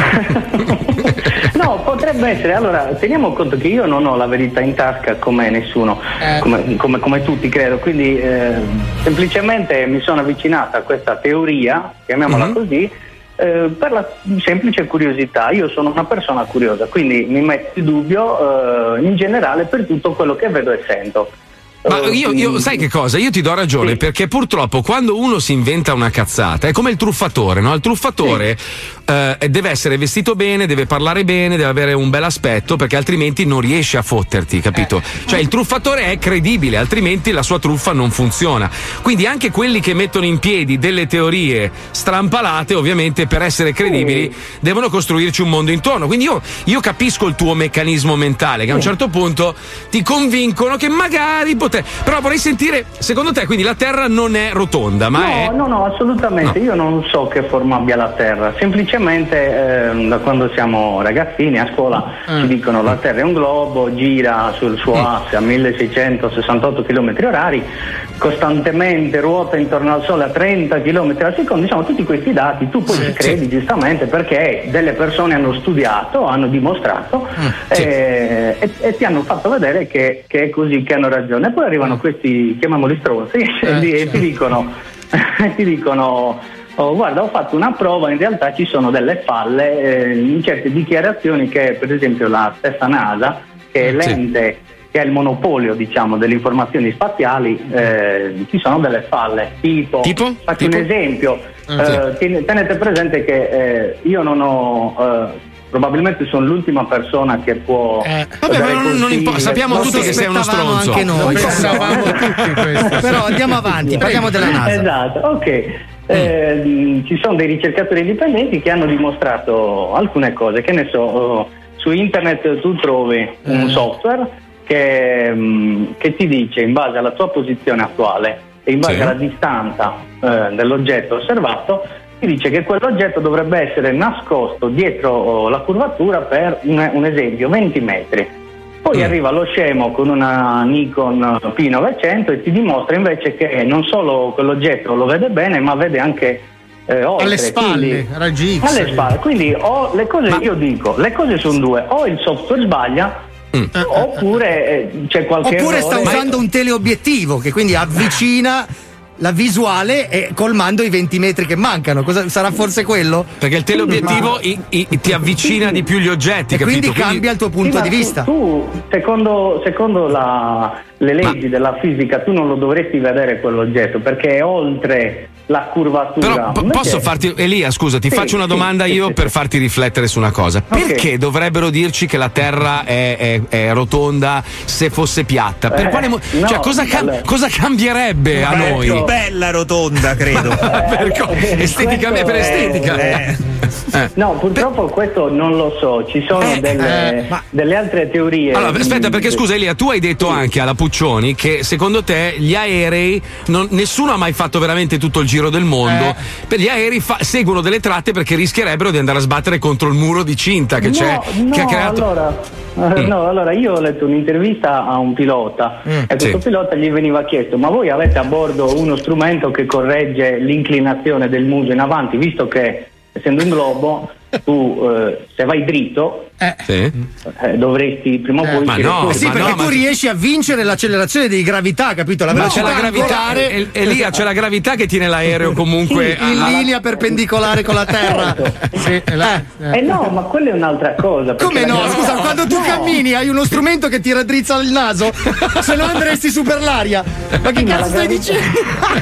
No, potrebbe essere. Allora, teniamo conto che io non ho la verità in tasca come nessuno, come tutti credo, quindi semplicemente mi sono avvicinata a questa teoria, chiamiamola così, per la semplice curiosità. Io sono una persona curiosa, quindi mi metto in dubbio in generale per tutto quello che vedo e sento. Ma io sai che cosa? Io ti do ragione, perché purtroppo quando uno si inventa una cazzata è come il truffatore, no? Il truffatore deve essere vestito bene, deve parlare bene, deve avere un bel aspetto, perché altrimenti non riesce a fotterti, capito? Cioè il truffatore è credibile, altrimenti la sua truffa non funziona. Quindi anche quelli che mettono in piedi delle teorie strampalate, ovviamente per essere credibili devono costruirci un mondo intorno. Quindi io capisco il tuo meccanismo mentale, che a un certo punto ti convincono che magari però vorrei sentire, secondo te, quindi la Terra non è rotonda, ma No, assolutamente. Io non so che forma abbia la Terra, semplicemente da quando siamo ragazzini a scuola ci dicono la Terra è un globo, gira sul suo asse a 1668 km/h, costantemente ruota intorno al Sole a 30 km al secondo. Diciamo, tutti questi dati tu poi ci credi giustamente perché delle persone hanno studiato, hanno dimostrato e ti hanno fatto vedere che è così, che hanno ragione. E poi arrivano questi, chiamiamoli stronzi, e ti dicono guarda, ho fatto una prova, in realtà ci sono delle falle in certe dichiarazioni che, per esempio, la stessa NASA, che è l'ente che ha il monopolio, diciamo, delle informazioni spaziali, ci sono delle falle. Faccio un esempio. Tenete presente che io non ho probabilmente sono l'ultima persona che può vabbè, ma non importa, sappiamo tutti che sei uno stronzo. Anche noi pensavamo tutti questo. Però andiamo avanti, parliamo della NASA. Esatto, ok. Ci sono dei ricercatori indipendenti che hanno dimostrato alcune cose, che ne so, su internet tu trovi un software che ti dice, in base alla tua posizione attuale e in base alla distanza dell'oggetto osservato, ti dice che quell'oggetto dovrebbe essere nascosto dietro la curvatura per un esempio 20 metri. Poi arriva lo scemo con una Nikon P900 e ti dimostra invece che non solo quell'oggetto lo vede bene, ma vede anche oltre, alle spalle, raggi X. Alle spalle. Quindi le cose, io dico, le cose sono due: o il software sbaglia, oppure c'è qualche oppure errore. sta usando un teleobiettivo che quindi avvicina la visuale e colmando i 20 metri che mancano. Sarà forse quello? Perché il teleobiettivo ti avvicina di più gli oggetti, e capito? quindi cambia il tuo punto di vista. Tu secondo le leggi della fisica, tu non lo dovresti vedere quell'oggetto perché è oltre la curvatura. Però posso farti, Elia, scusa, ti faccio una domanda per farti riflettere su una cosa. Perché dovrebbero dirci che la Terra è rotonda se fosse piatta? Per quale cioè, cosa cambierebbe a noi? Bella rotonda, credo. Esteticamente, per estetica. No, purtroppo questo non lo so. Ci sono delle altre teorie. Allora, aspetta, perché scusa Elia, tu hai detto anche alla Puccioni che secondo te gli aerei nessuno ha mai fatto veramente tutto il giro del mondo. Per gli aerei seguono delle tratte perché rischierebbero di andare a sbattere contro il muro di cinta che c'è, che ha creato. Allora io ho letto un'intervista a un pilota e questo pilota gli veniva chiesto: ma voi avete a bordo uno strumento che corregge l'inclinazione del muso in avanti, visto che essendo un globo tu se vai dritto dovresti prima o poi perché tu riesci a vincere l'accelerazione di gravità, capito? La velocità, c'è la gravità, Elia, c'è la gravità che tiene l'aereo comunque in linea perpendicolare con la terra. No, ma quella è un'altra cosa. Come no? Scusa, quando tu cammini hai uno strumento che ti raddrizza il naso, se no andresti su per l'aria. Ma che cazzo stai dicendo?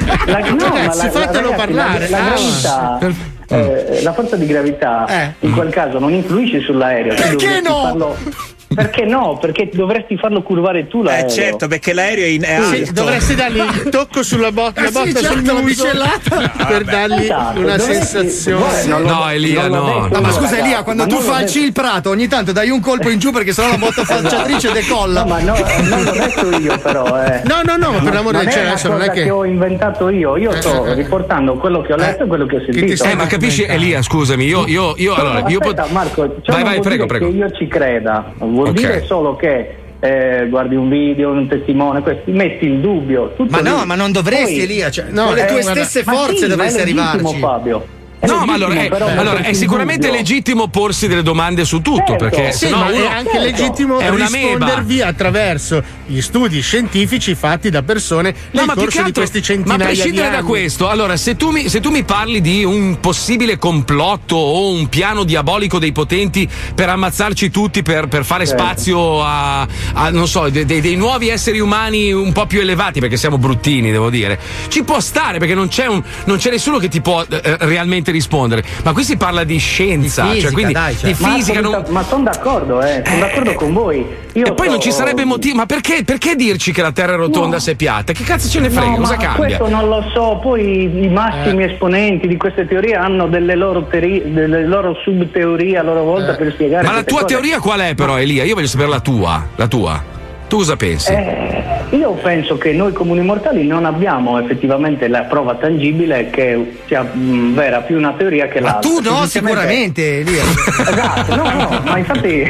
Fatelo parlare. La gravità, la forza di gravità in quel caso non influisce sull'aereo. Perché no? Perché no? Perché dovresti farlo curvare tu l'aereo. Certo, perché l'aereo è alto. Dovresti dargli il tocco sulla botta, sul muso per dargli una sensazione. No, Elia, no. Ma scusa Elia, quando tu falci il prato ogni tanto dai un colpo in giù perché sennò la botta falciatrice decolla. No, ma non l'ho detto io però. No, ma per l'amore del cielo, adesso non è che ho inventato io sto riportando quello che ho letto e quello che ho sentito. Ma capisci Elia, scusami, aspetta, Marco, vai, prego. Che io ci creda. Vuol dire solo che guardi un video, un testimone, metti in dubbio tutto. Ma non dovresti, Elia, con le tue stesse forze dovresti arrivarci. Fabio. No, ma allora è sicuramente legittimo porsi delle domande su tutto, perché ma è anche legittimo rispondervi attraverso gli studi scientifici fatti da persone nel corso di questi centinaia di anni. Ma a prescindere da questo, allora se tu mi parli di un possibile complotto o un piano diabolico dei potenti per ammazzarci tutti, per fare spazio a non so, dei nuovi esseri umani un po' più elevati, perché siamo bruttini, devo dire, ci può stare, perché non c'è nessuno che ti può realmente rispondere, ma qui si parla di scienza, di fisica, cioè quindi di fisica. Ma sono d'accordo, sono d'accordo con voi. Poi non ci sarebbe motivo, ma perché dirci che la Terra è rotonda se è piatta? Che cazzo ce ne frega? Cosa cambia? Questo non lo so. Poi i massimi esponenti di queste teorie hanno delle loro subteorie a loro volta per spiegare. Ma la tua teoria qual è, però, Elia? Io voglio sapere la tua. Tu cosa pensi? Io penso che noi comuni mortali non abbiamo effettivamente la prova tangibile che sia vera più una teoria che l'altra. Ma tu no, sicuramente, Elia. Esatto, no, ma infatti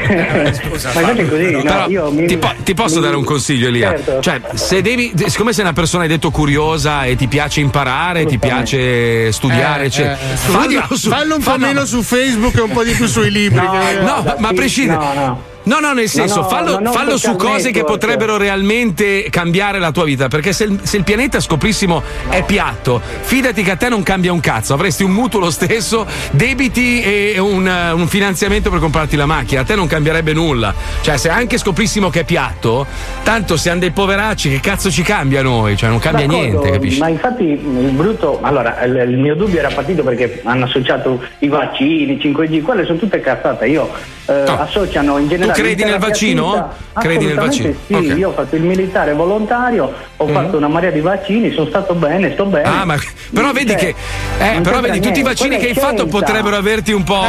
così. Però ti posso dare un consiglio, Elia? Certo. Cioè, siccome sei una persona, hai detto, curiosa e ti piace imparare, ti piace studiare, fallo un po' meno su Facebook e un po' di più sui libri. Ma a prescindere. No, nel senso, fallo su cose che potrebbero realmente cambiare la tua vita, perché se il pianeta scoprissimo è piatto, fidati che a te non cambia un cazzo, avresti un mutuo lo stesso, debiti e un finanziamento per comprarti la macchina, a te non cambierebbe nulla. Cioè, se anche scoprissimo che è piatto, tanto siamo dei poveracci, che cazzo ci cambia a noi? Cioè, non cambia niente, capisci? Ma infatti il brutto, allora, il mio dubbio era partito perché hanno associato i vaccini, 5G, quelle sono tutte cazzate. Io associano in generale. Tu credi nel vaccino? Credi nel vaccino? Sì, okay. Io ho fatto il militare volontario, ho fatto una marea di vaccini, sono stato bene, sto bene. Però vedi che però vedi tutti i vaccini che hai fatto potrebbero averti un po',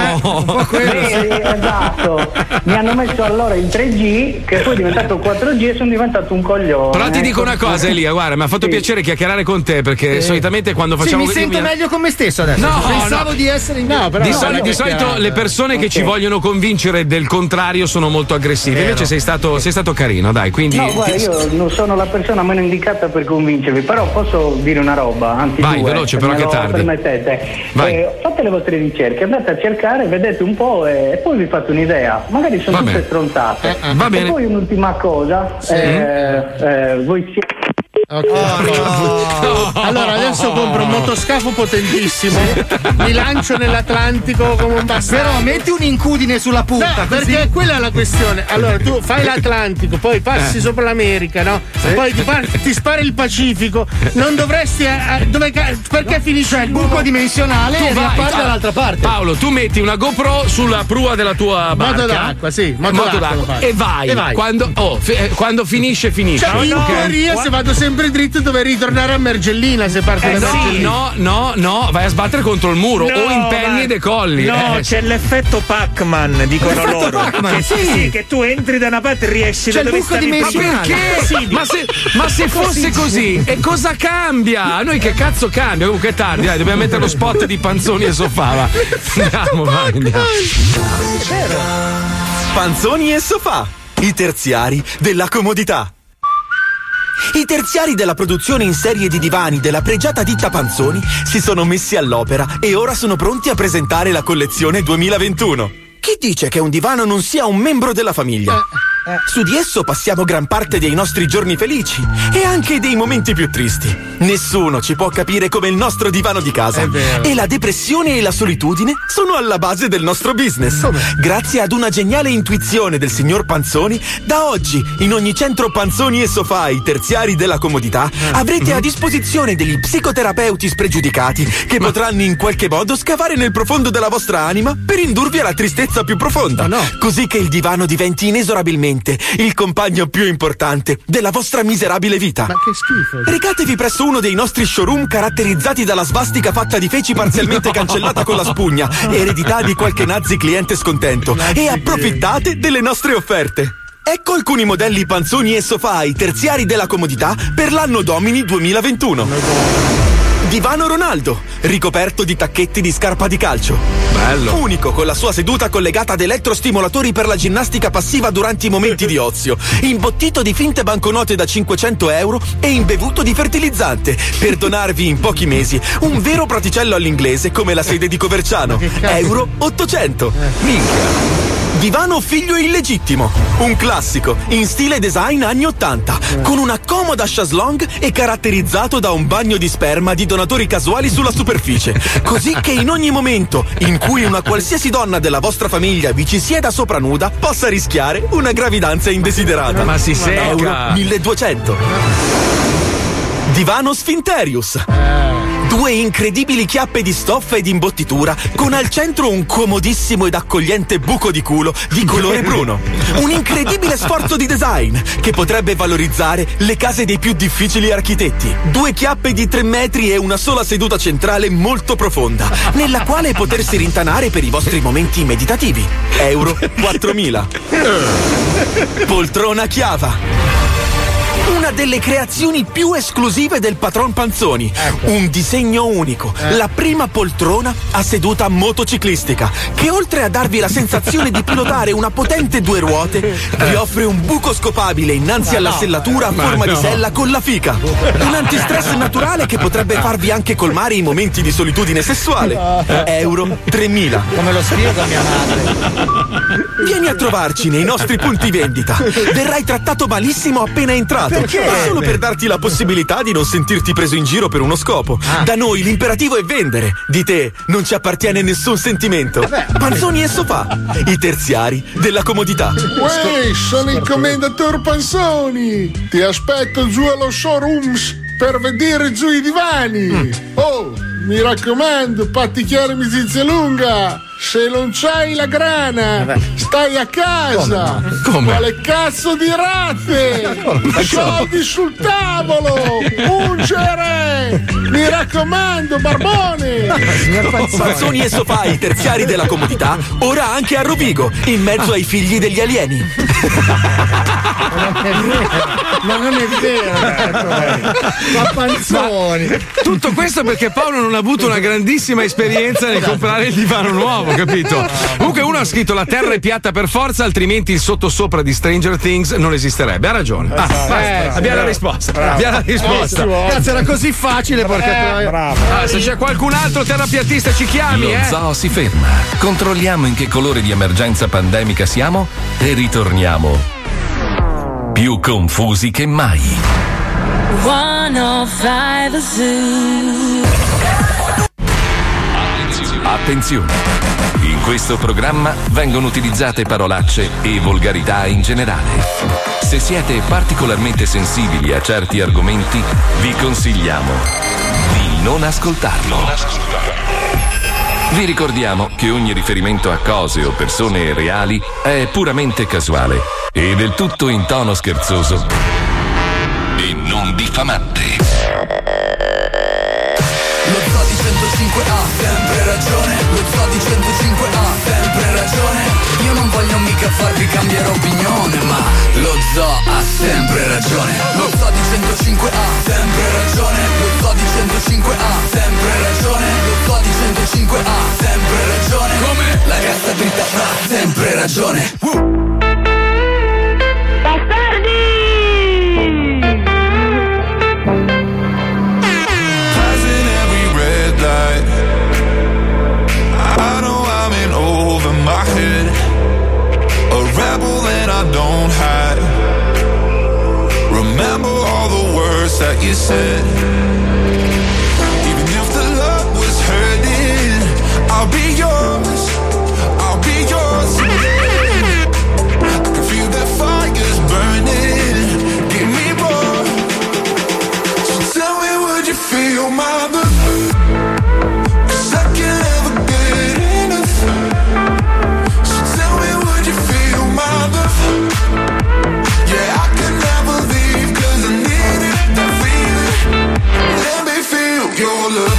esatto. Mi hanno messo allora il 3G che poi è diventato 4G e sono diventato un coglione. Però ti dico una cosa, Elia, guarda, mi ha fatto piacere chiacchierare con te, perché solitamente quando facciamo mi sento meglio con me stesso adesso. Pensavo di essere di solito le persone che ci vogliono convincere del contrario sono molto aggressivi. Invece sei stato carino, dai. Quindi no, guarda, io non sono la persona meno indicata per convincervi, però posso dire una roba. Anzi, vai, veloce, però che tardi. Permettete. Fate le vostre ricerche, andate a cercare, vedete un po' e poi vi fate un'idea. Magari sono tutte stronzate. Va bene. E poi un'ultima cosa, voi siete. Okay. No. Allora adesso compro un motoscafo potentissimo, mi lancio nell'Atlantico come un bastardo. Però metti un'incudine sulla punta, perché quella è la questione. Allora tu fai l'Atlantico, poi passi sopra l'America, no? Poi ti spara il Pacifico. Non dovresti perché finisce il buco dimensionale e riparti dall'altra parte. Paolo, tu metti una GoPro sulla prua della tua barca. Moto d'acqua, sì, moto d'acqua. E vai. Quando finisce. Cioè, in teoria se vado sempre dritto dovrei ritornare a Mergellina se parto da Mergellina. No, vai a sbattere contro il muro o impenni e decolli. No, c'è l'effetto Pac-Man, dicono loro. Pac-Man, che tu entri da una parte e riesci da dove stavi prima. Ma perché? Ma se fosse così, e cosa cambia? A noi che cazzo cambia? Comunque è tardi, dai, dobbiamo mettere lo spot di Panzoni e Sofà. Va. Andiamo. Panzoni e Sofà, i terziari della comodità. I terziari della produzione in serie di divani della pregiata ditta Panzoni si sono messi all'opera e ora sono pronti a presentare la collezione 2021. Chi dice che un divano non sia un membro della famiglia? Su di esso passiamo gran parte dei nostri giorni felici e anche dei momenti più tristi. Nessuno ci può capire come il nostro divano di casa. E la depressione e la solitudine sono alla base del nostro business. Grazie ad una geniale intuizione del signor Panzoni, da oggi in ogni centro Panzoni e Sofà, i terziari della comodità, avrete a disposizione degli psicoterapeuti spregiudicati che potranno in qualche modo scavare nel profondo della vostra anima per indurvi alla tristezza più profonda. Così che il divano diventi inesorabilmente il compagno più importante della vostra miserabile vita. Ma che schifo. Recatevi presso uno dei nostri showroom caratterizzati dalla svastica fatta di feci parzialmente cancellata con la spugna, eredità di qualche nazi cliente scontento, e approfittate delle nostre offerte. Ecco alcuni modelli Panzoni e Sofà, i terziari della comodità per l'anno Domini 2021. Divano Ronaldo, ricoperto di tacchetti di scarpa di calcio. Bello. Unico, con la sua seduta collegata ad elettrostimolatori per la ginnastica passiva durante i momenti di ozio. Imbottito di finte banconote da 500 euro e imbevuto di fertilizzante. Per donarvi in pochi mesi un vero praticello all'inglese come la sede di Coverciano. Euro 800. Minchia. Divano figlio illegittimo, un classico in stile design anni 80, con una comoda chaise-longue e caratterizzato da un bagno di sperma di donatori casuali sulla superficie, così che in ogni momento in cui una qualsiasi donna della vostra famiglia vi ci sieda sopra nuda possa rischiare una gravidanza indesiderata. Ma si secca. Euro 1200. Divano Sfinterius. 2 incredibili chiappe di stoffa ed imbottitura con al centro un comodissimo ed accogliente buco di culo di colore bruno. Un incredibile sforzo di design che potrebbe valorizzare le case dei più difficili architetti. 2 chiappe di 3 metri e una sola seduta centrale molto profonda, nella quale potersi rintanare per i vostri momenti meditativi. Euro 4000. Poltrona chiava. Una delle creazioni più esclusive del patron Panzoni. Un disegno unico. La prima poltrona a seduta motociclistica, che oltre a darvi la sensazione di pilotare una potente 2 ruote, vi offre un buco scopabile innanzi alla sellatura a forma di sella con la fica. Un antistress naturale che potrebbe farvi anche colmare i momenti di solitudine sessuale. Euro 3000. Come lo spiego a mia madre. Vieni a trovarci nei nostri punti vendita. Verrai trattato malissimo appena entrato. Perché? Solo per darti la possibilità di non sentirti preso in giro per uno scopo. Da noi l'imperativo è vendere. Di te non ci appartiene nessun sentimento. Panzoni e Sofà, i terziari della comodità. Uè, sono il commendator Panzoni. Ti aspetto giù allo showrooms per vedere giù i divani. Oh, mi raccomando, patticchiare amicizia lunga. Se non c'hai la grana, stai a casa. Come? Quale cazzo di rate? Soldi sul tavolo. Ungere. Mi raccomando, barbone. Panzoni e Sofà, i terziari della comodità, ora anche a Rovigo, in mezzo ai figli degli alieni. Ma non è vero. Ma Panzoni. Tutto questo perché Paolo non ha avuto una grandissima esperienza nel comprare il divano nuovo. ho capito. Comunque uno ha scritto la terra è piatta per forza, altrimenti il sottosopra di Stranger Things non esisterebbe. Ha ragione. Abbiamo la risposta. Abbiamo la risposta. Cazzo, era così facile, porca bravo. Se c'è qualcun altro terrapiattista ci chiami. Lo zoo si ferma. Controlliamo in che colore di emergenza pandemica siamo e ritorniamo più confusi che mai. 105 Zoo. Attenzione! In questo programma vengono utilizzate parolacce e volgarità in generale. Se siete particolarmente sensibili a certi argomenti, vi consigliamo di non ascoltarlo. Vi ricordiamo che ogni riferimento a cose o persone reali è puramente casuale e del tutto in tono scherzoso e non diffamante. Lo zoo di 105 ha sempre ragione. Lo zoo di 105 ha sempre ragione. Io non voglio mica farvi cambiare opinione, ma lo zoo ha sempre ragione. Lo zoo di 105 ha sempre ragione. Lo zoo di 105 ha sempre ragione. Lo zoo di 105 ha sempre ragione. Come? La cassa dritta ha sempre ragione. I know I'm in over my head, a rebel that I don't hide. Remember all the words that you said. Even if the love was hurting, I'll be yours. I'll be yours again. I can feel the fire's burning. Give me more. So tell me, would you feel my love? Your love.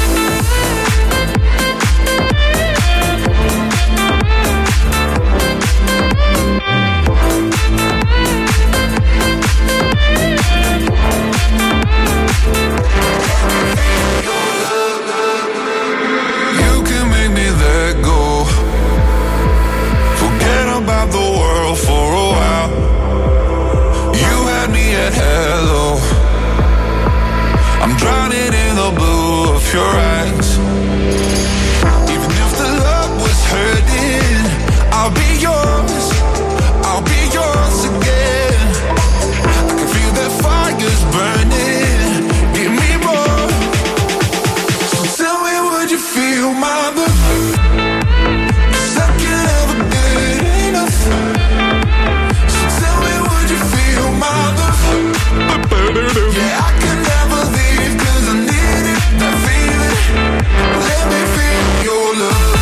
You can make me let go. Forget about the world for a while. You had me at hello. I'm drowning in the blue of your eyes. Even if the love was hurting, I'll be yours. I'll be yours again. I can feel that fire's burning. Give me more. So tell me, would you feel my love? 'Cause I can never get enough. So tell me, would you feel my love? Yeah, I can never leave 'cause I need it, that feeling. Let me feel your love.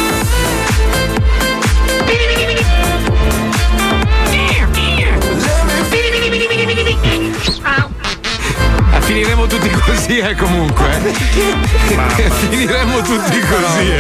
Finiremo tutti così, comunque. Finiremo tutti così,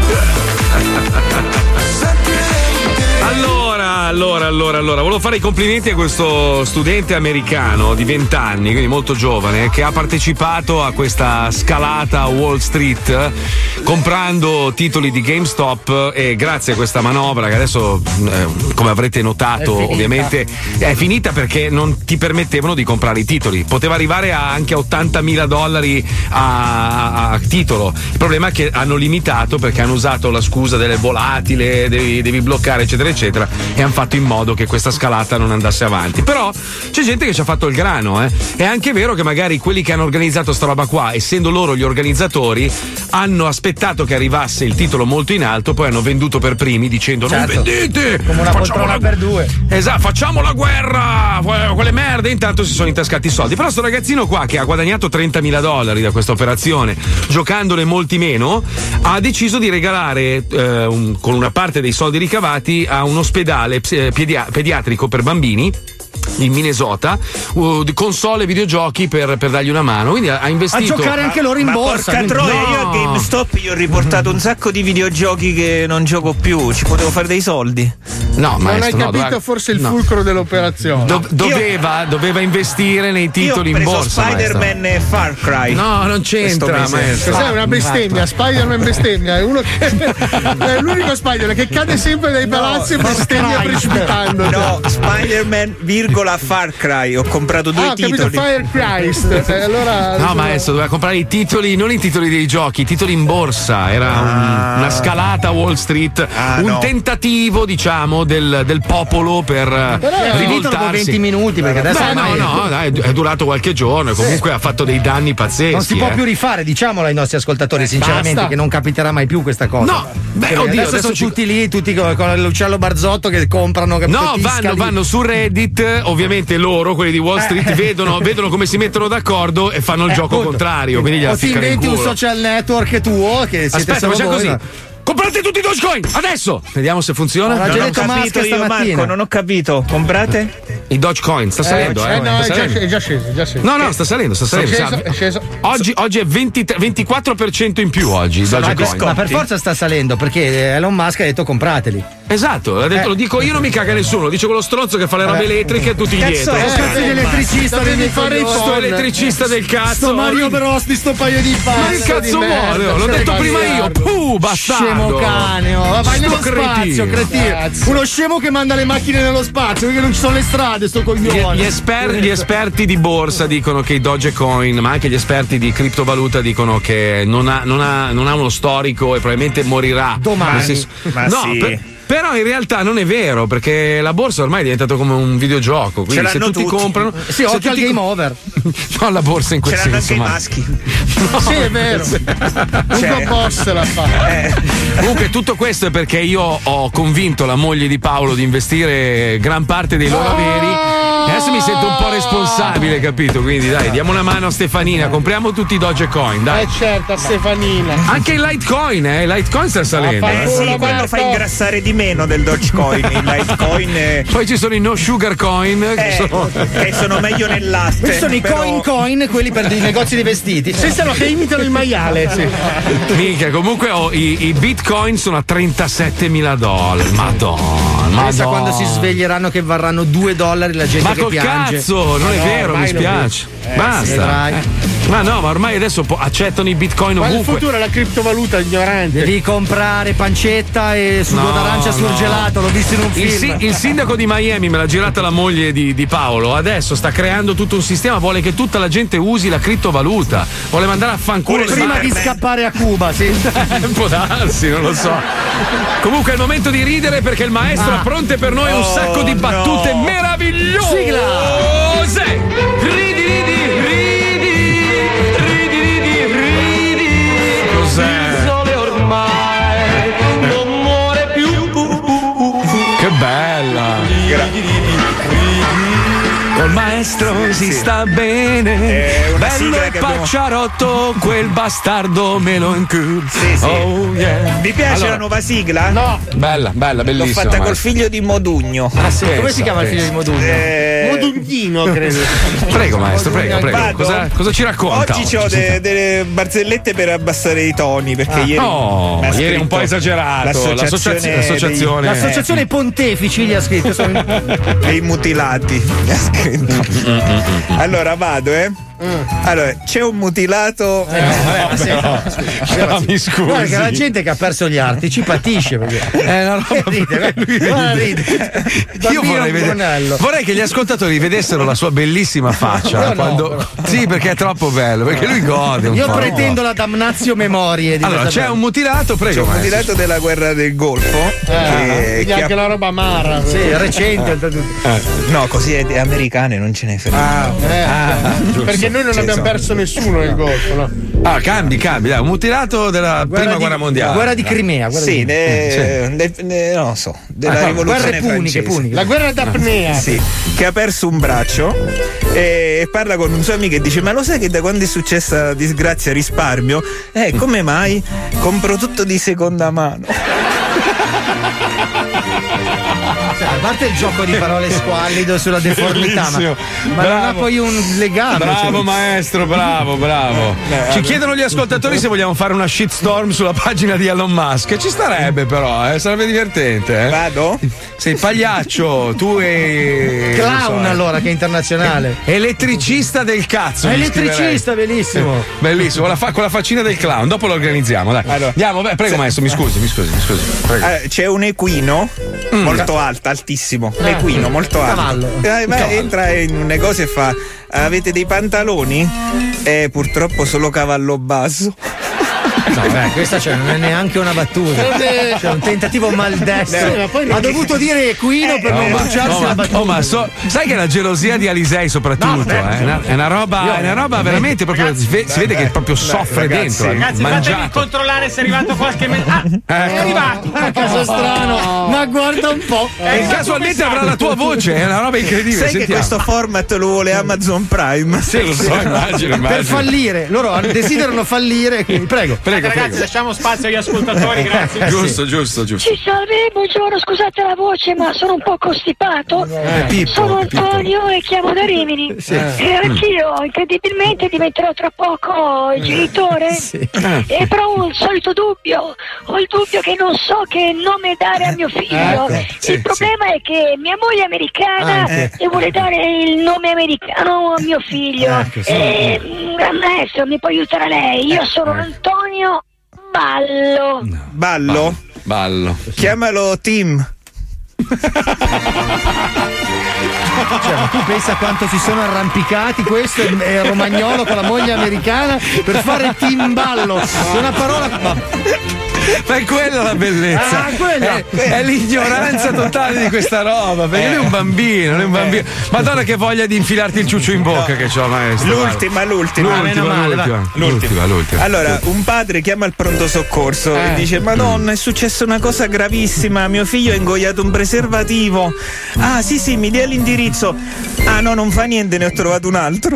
Allora, volevo fare i complimenti a questo studente americano di 20 anni, quindi molto giovane, che ha partecipato a questa scalata a Wall Street comprando titoli di GameStop e grazie a questa manovra che adesso, come avrete notato, ovviamente è finita perché non ti permettevano di comprare i titoli. Poteva arrivare anche a $80.000 a titolo. Il problema è che hanno limitato perché hanno usato la scusa delle volatili, devi bloccare, eccetera, eccetera, e hanno fatto in modo che questa scalata non andasse avanti. Però c'è gente che ci ha fatto il grano, È anche vero che magari quelli che hanno organizzato sta roba qua, essendo loro gli organizzatori, hanno aspettato che arrivasse il titolo molto in alto, poi hanno venduto per primi dicendo non vendete! Come una poltrona per due. Esatto, facciamo la guerra! Quelle merde, intanto si sono intascati i soldi. Però sto ragazzino qua che ha guadagnato $30.000 da questa operazione, giocandole molti meno, ha deciso di regalare con una parte dei soldi ricavati a un ospedale pediatrico per bambini in Minnesota console e videogiochi per dargli una mano, quindi ha investito a giocare anche loro in borsa. Porca troia, io a GameStop gli ho riportato un sacco di videogiochi che non gioco più, ci potevo fare dei soldi. No, non hai capito forse il fulcro dell'operazione. Doveva investire nei titoli in borsa. Spider-Man e Far Cry. No, non c'entra, maestro. Cos'è una bestemmia? Spider-Man bestemmia. È uno che è l'unico Spider-Man che cade sempre dai palazzi e bestemmia precipitando. No, Spider-Man, Far Cry. Ho comprato due titoli. Ho capito, Fire Christ. Allora, no, maestro, doveva comprare i titoli, non i titoli dei giochi, i titoli in borsa. Era una scalata a Wall Street, un tentativo, diciamo, del popolo per rivoltarsi. Dopo 20 minuti, perché adesso è durato qualche giorno e comunque ha fatto dei danni pazzeschi. Non si può più rifare, diciamolo ai nostri ascoltatori, sinceramente, basta. che non capiterà mai più questa cosa. No, adesso sono tutti lì, tutti con l'uccello Barzotto che comprano. No, vanno su Reddit, ovviamente loro, quelli di Wall Street, vedono come si mettono d'accordo e fanno il gioco contrario. Quindi o ti inventi un social network tuo che siete solo voi. Così. Comprate tutti i Dogecoin adesso! Vediamo se funziona. Non ho capito io, Marco, non ho capito. Comprate? I Dogecoin sta salendo, no, è già sceso. No, sta salendo. È sceso. Oggi è 24% in più oggi. Dogecoin. Ma per forza sta salendo perché Elon Musk ha detto comprateli. Esatto, ha detto, lo dico io, non mi caga nessuno, lo dice quello stronzo che fa le robe elettriche tutti dietro. Cazzo di elettricista devi fare il sto elettricista del cazzo. Sto Mario Bros di sto paio di pazzi. Ma che cazzo vuole? L'ho detto prima io. Bastardo. Scemo cane, vai nello spazio, cretino. Uno scemo che manda le macchine nello spazio perché non ci sono le strade, sto coglione. Gli esperti di borsa dicono che i Dogecoin, ma anche gli esperti di criptovaluta dicono che non ha uno storico e probabilmente morirà. Domani. Però in realtà non è vero, perché la borsa ormai è diventato come un videogioco. Quindi se tutti comprano. Sì, occhio al game over. Non la borsa in quel senso. C'erano anche i maschi. No, sì, è vero. Un boss la fa. Comunque tutto questo è perché io ho convinto la moglie di Paolo di investire gran parte dei loro averi. E adesso mi sento un po' responsabile, capito? Quindi dai, diamo una mano a Stefanina, compriamo tutti i Dogecoin, dai. Certo, a Stefanina. Anche il Litecoin, il Litecoin sta salendo. Sì, quello fa ingrassare di meno del Dogecoin, il Litecoin. Poi ci sono i no sugar coin che sono meglio nel latte. Questi sono i coin, quelli per i negozi di vestiti. Sono che imitano il maiale. Sì. Minchia, comunque i bitcoin sono a $37.000. Madonna. Pensa quando si sveglieranno che varranno $2 la gente che piange. Ma col cazzo, non è vero, mi spiace. Basta. Ma ormai adesso accettano i bitcoin ovunque. Ma il futuro è la criptovaluta ignorante. Devi comprare pancetta e sugo d'arancia surgelato, l'ho visto in un film. Il sindaco di Miami, me l'ha girata la moglie di Paolo, adesso sta creando tutto un sistema, vuole che tutta la gente usi la criptovaluta, vuole mandare a fanculo prima di scappare a Cuba, sì. Può darsi, non lo so. Comunque è il momento di ridere perché il maestro ha pronte per noi un sacco di battute meravigliose. Sigla! Il sole ormai non muore più. Che bella! Col maestro si sta bene. Bello e pacciarotto, quel bastardo me lo incul. Sì. Oh yeah. Vi piace la nuova sigla? No. Bella, bellissima. L'ho fatta col figlio di Modugno. Come si chiama il figlio di Modugno? Modugnino, credo. Prego, maestro, prego. Cosa ci racconta? Oggi ho delle barzellette per abbassare i toni, perché ieri è un po' esagerato. L'associazione Pontefici gli ha scritto. Dei mutilati. Mi ha scritto. Allora vado, Allora, c'è un mutilato. Mi scusi. Guarda che la gente che ha perso gli arti ci patisce perché è una roba. Ride. Io vorrei che gli ascoltatori vedessero la sua bellissima faccia. Sì, perché è troppo bello, perché lui gode. Io pretendo la damnatio memorie. Allora, c'è un mutilato, prego. C'è un mutilato della guerra del Golfo. Che anche la roba amara. Sì, recente. No, così americane non ce ne frega. Perché noi non abbiamo perso nessuno nel Golfo, no? Cambi, dai, un mutilato della prima guerra mondiale. Guerra di Crimea. Non lo so, della rivoluzione francese. La guerra d'apnea. Sì, che ha perso un braccio e parla con un suo amico e dice: ma lo sai che da quando è successa la disgrazia risparmio? Come mai? Compro tutto di seconda mano. A parte il gioco di parole squallido sulla deformità, ma non ha poi un legame. Bravo maestro, bravo. Ci chiedono gli ascoltatori se vogliamo fare una shitstorm sulla pagina di Elon Musk. Ci starebbe però, sarebbe divertente. Vado? Sei pagliaccio, tu e clown allora, che è internazionale. Elettricista del cazzo. Elettricista, bellissimo. Bellissimo, con la faccina del clown. Dopo lo organizziamo, dai. Allora. Andiamo, prego maestro, mi scusi. Prego. C'è un equino molto alto, altissimo. L'equino molto alto. Cavallo. Entra in un negozio e fa: avete dei pantaloni? Purtroppo solo cavallo basso. No, questa non è neanche una battuta. C'è un tentativo maldestro. Ha dovuto dire equino per non bruciarsi la battuta. Sai che la gelosia di Alisei soprattutto è una roba veramente proprio. Si vede che proprio soffre dentro. Ragazzi, fatevi controllare se è arrivato qualche è arrivato. Caso strano, ma guarda un po'. E casualmente avrà la tua voce, è una roba incredibile. Sai che questo format lo vuole Amazon Prime? Sì, lo so, immagino. Per fallire, loro desiderano fallire, quindi prego. Ragazzi, lasciamo spazio agli ascoltatori, grazie. Giusto. Ci salve, buongiorno, scusate la voce, ma sono un po' costipato. Sono Antonio e chiamo da Rimini. E anch'io, incredibilmente, diventerò tra poco il genitore. E però ho il solito dubbio. Ho il dubbio che non so che nome dare a mio figlio. Il problema è che mia moglie è americana e vuole dare il nome americano a mio figlio. Gran maestro, mi può aiutare lei? Io sono Antonio Ballo. Chiamalo Tim. Ma tu pensa quanto si sono arrampicati questo è Romagnolo con la moglie americana per fare timballo. È una parola. Ma è quella la bellezza. È l'ignoranza totale di questa roba. Perché lui è un bambino, Madonna che voglia di infilarti il ciuccio in bocca che c'ho, maestro. L'ultima. Allora, un padre chiama il pronto soccorso e dice: Madonna, è successa una cosa gravissima. Mio figlio ha ingoiato un preservativo. Ah, sì, mi dia l'indirizzo. Ah, no, non fa niente, ne ho trovato un altro.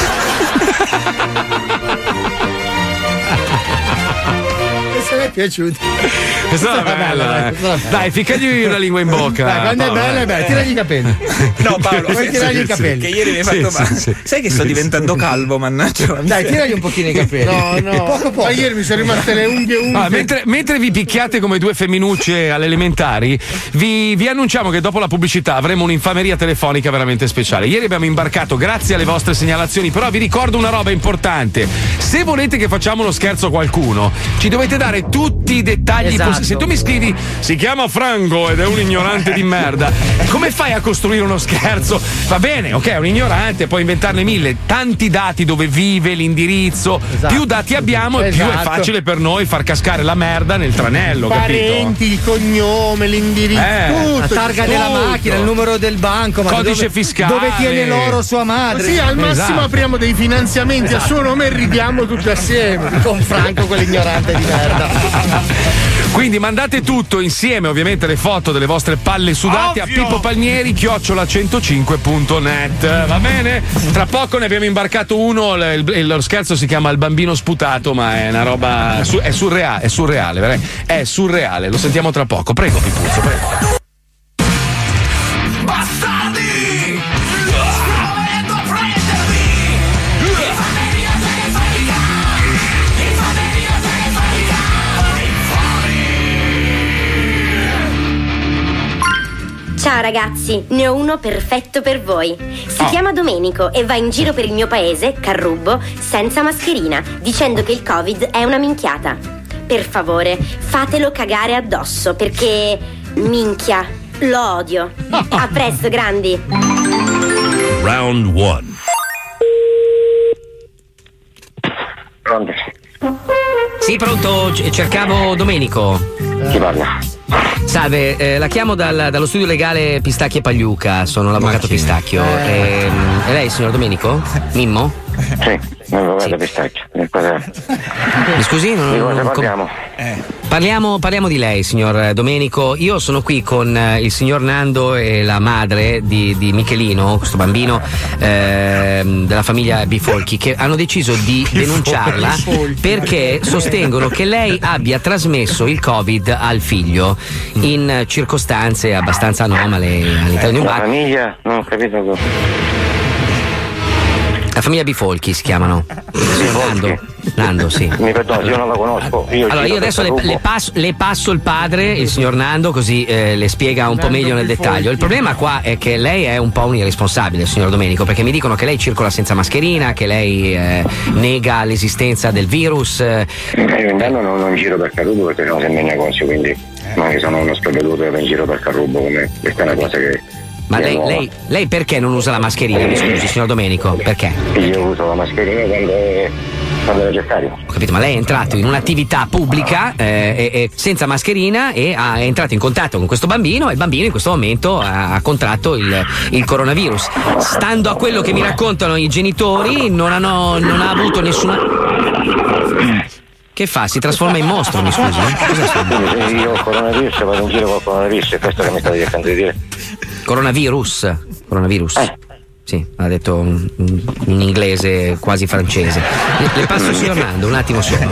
Mi è piaciuto. Questa è bella. Dai, ficcagli la lingua in bocca. Dai, quando è bella, tiragli i capelli. No, Paolo, tiragli i capelli. Che ieri mi hai fatto male. Sai che sto diventando calvo, mannaggia. Dai, tiragli un pochino i capelli. No. Poco. Ma ieri mi sono rimaste le unghie. Mentre vi picchiate come due femminucce alle elementari, vi annunciamo che dopo la pubblicità avremo un'infameria telefonica veramente speciale. Ieri abbiamo imbarcato grazie alle vostre segnalazioni, però vi ricordo una roba importante. Se volete che facciamo uno scherzo a qualcuno, ci dovete dare tutti i dettagli possibili. Se tu mi scrivi si chiama Franco ed è un ignorante di merda, come fai a costruire uno scherzo? Va bene, ok, è un ignorante, puoi inventarne mille, tanti dati, dove vive, l'indirizzo, più dati abbiamo e più è facile per noi far cascare la merda nel tranello, parenti, capito? il cognome, l'indirizzo, tutto, la targa della macchina, il numero del banco, codice fiscale, dove tiene l'oro sua madre. Sì, al massimo apriamo dei finanziamenti a suo nome e ridiamo tutti assieme con Franco, quell'ignorante di merda. Quindi mandate tutto insieme, ovviamente le foto delle vostre palle sudate a pippopalmieri@105.net. Va bene? Tra poco ne abbiamo imbarcato uno, lo scherzo si chiama Il bambino sputato, ma è una roba è surreale, è surreale. Lo sentiamo tra poco. Prego, Pipuzzo, prego. Ciao ragazzi, ne ho uno perfetto per voi. Si chiama Domenico e va in giro per il mio paese, Carrubbo, senza mascherina, dicendo che il Covid è una minchiata. Per favore, fatelo cagare addosso, perché minchia, lo odio. A presto, grandi. Round 1. Pronto? Sì, pronto, cercavo Domenico. Chi parla? Salve, la chiamo dallo studio legale Pistacchi e Pagliuca, sono l'avvocato Pistacchio. È lei, signor Domenico? Mimmo? Sì, non lo vedo pistacchio. Mi scusi? Di cosa parliamo? Parliamo di lei, signor Domenico. Io sono qui con il signor Nando e la madre di Michelino, questo bambino della famiglia Bifolchi, che hanno deciso di denunciarla perché sostengono che lei abbia trasmesso il Covid al figlio in circostanze abbastanza anomale all'interno di un bar. La famiglia? Non ho capito cosa. La famiglia Bifolchi si chiamano. Nando, sì. Mi perdono, io non la conosco. Allora, io adesso le passo il padre, il signor Nando, così le spiega un po' meglio nel dettaglio. Il problema qua è che lei è un po' un irresponsabile, signor Domenico, perché mi dicono che lei circola senza mascherina, che lei nega l'esistenza del virus. Io intanto non giro per Carrubo perché sono sempre in negozio, quindi non che sono uno sprovveduto che va in giro per Carrubo, come questa è una cosa che. Ma lei perché non usa la mascherina? Mi scusi, signor Domenico, perché? Io uso la mascherina quando è necessario. Ho capito, ma lei è entrato in un'attività pubblica senza mascherina e è entrato in contatto con questo bambino e il bambino in questo momento ha contratto il coronavirus. Stando a quello che mi raccontano i genitori, non ha avuto nessuna. Che fa? Si trasforma in mostro, mi scusi? Io ho coronavirus, vado in giro col coronavirus, è questo che mi state cercando di dire. Coronavirus? Sì, ha detto un inglese quasi francese. Le passo il signor Nando, un attimo solo.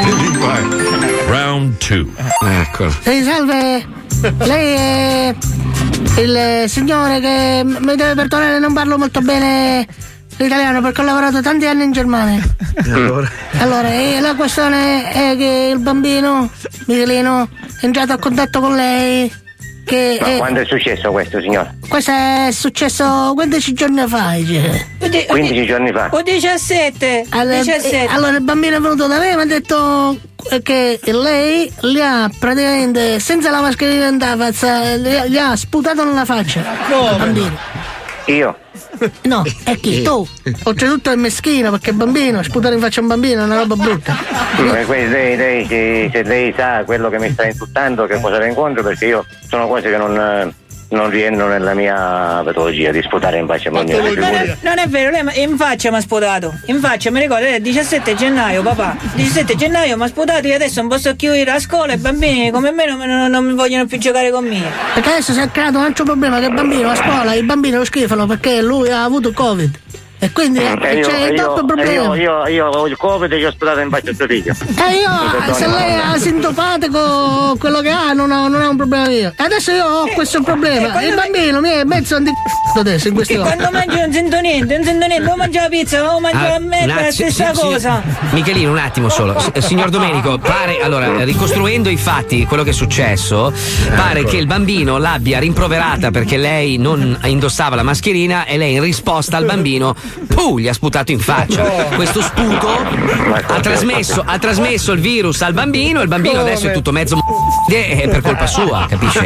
Round 2. Ecco. Sì, salve. Lei è il signore che mi deve perdonare, non parlo molto bene l'italiano perché ho lavorato tanti anni in Germania. Allora, la questione è che il bambino Michelino è entrato a contatto con lei. Ma quando è successo questo, signore? Questo è successo 15 giorni fa. 15 giorni fa? O 17. Allora il bambino è venuto da me e mi ha detto che lei gli ha praticamente, senza la mascherina in faccia, gli ha sputato nella faccia. No, bambino. Io? No, è chi? Tu. Oltretutto è meschino perché è bambino, sputare in faccia a un bambino è una roba brutta. Lei, se lei sa quello che mi sta insultando, che cosa le incontro, perché io sono cose che non rientrano nella mia patologia di sputare in faccia a un bambino. Non è vero, lei in faccia mi ha sputato. In faccia, mi ricordo, è il 17 gennaio, papà. Il 17 gennaio mi ha sputato e adesso non posso più ir a scuola e i bambini come me non mi vogliono più giocare con me. Perché adesso si è creato un altro problema, che il bambino a scuola, i bambini lo schifano perché lui ha avuto Covid. E quindi c'è il doppio problema. Io ho il Covid e gli ho sputato in faccia a tuo figlio. Se lei è asintomatico, quello che ha non è un problema mio. E adesso io ho questo problema. Il bambino mi è mezzo adesso in queste ore. Quando mangio non sento niente, o mangio la pizza o mangio la merda, la stessa cosa. Michelino, un attimo solo. Signor Domenico, pare, allora, ricostruendo i fatti, quello che è successo, pare che il bambino l'abbia rimproverata perché lei non indossava la mascherina e lei in risposta al bambino gli ha sputato in faccia. Questo sputo ha trasmesso il virus al bambino e il bambino adesso è tutto mezzo è per colpa sua, capisce?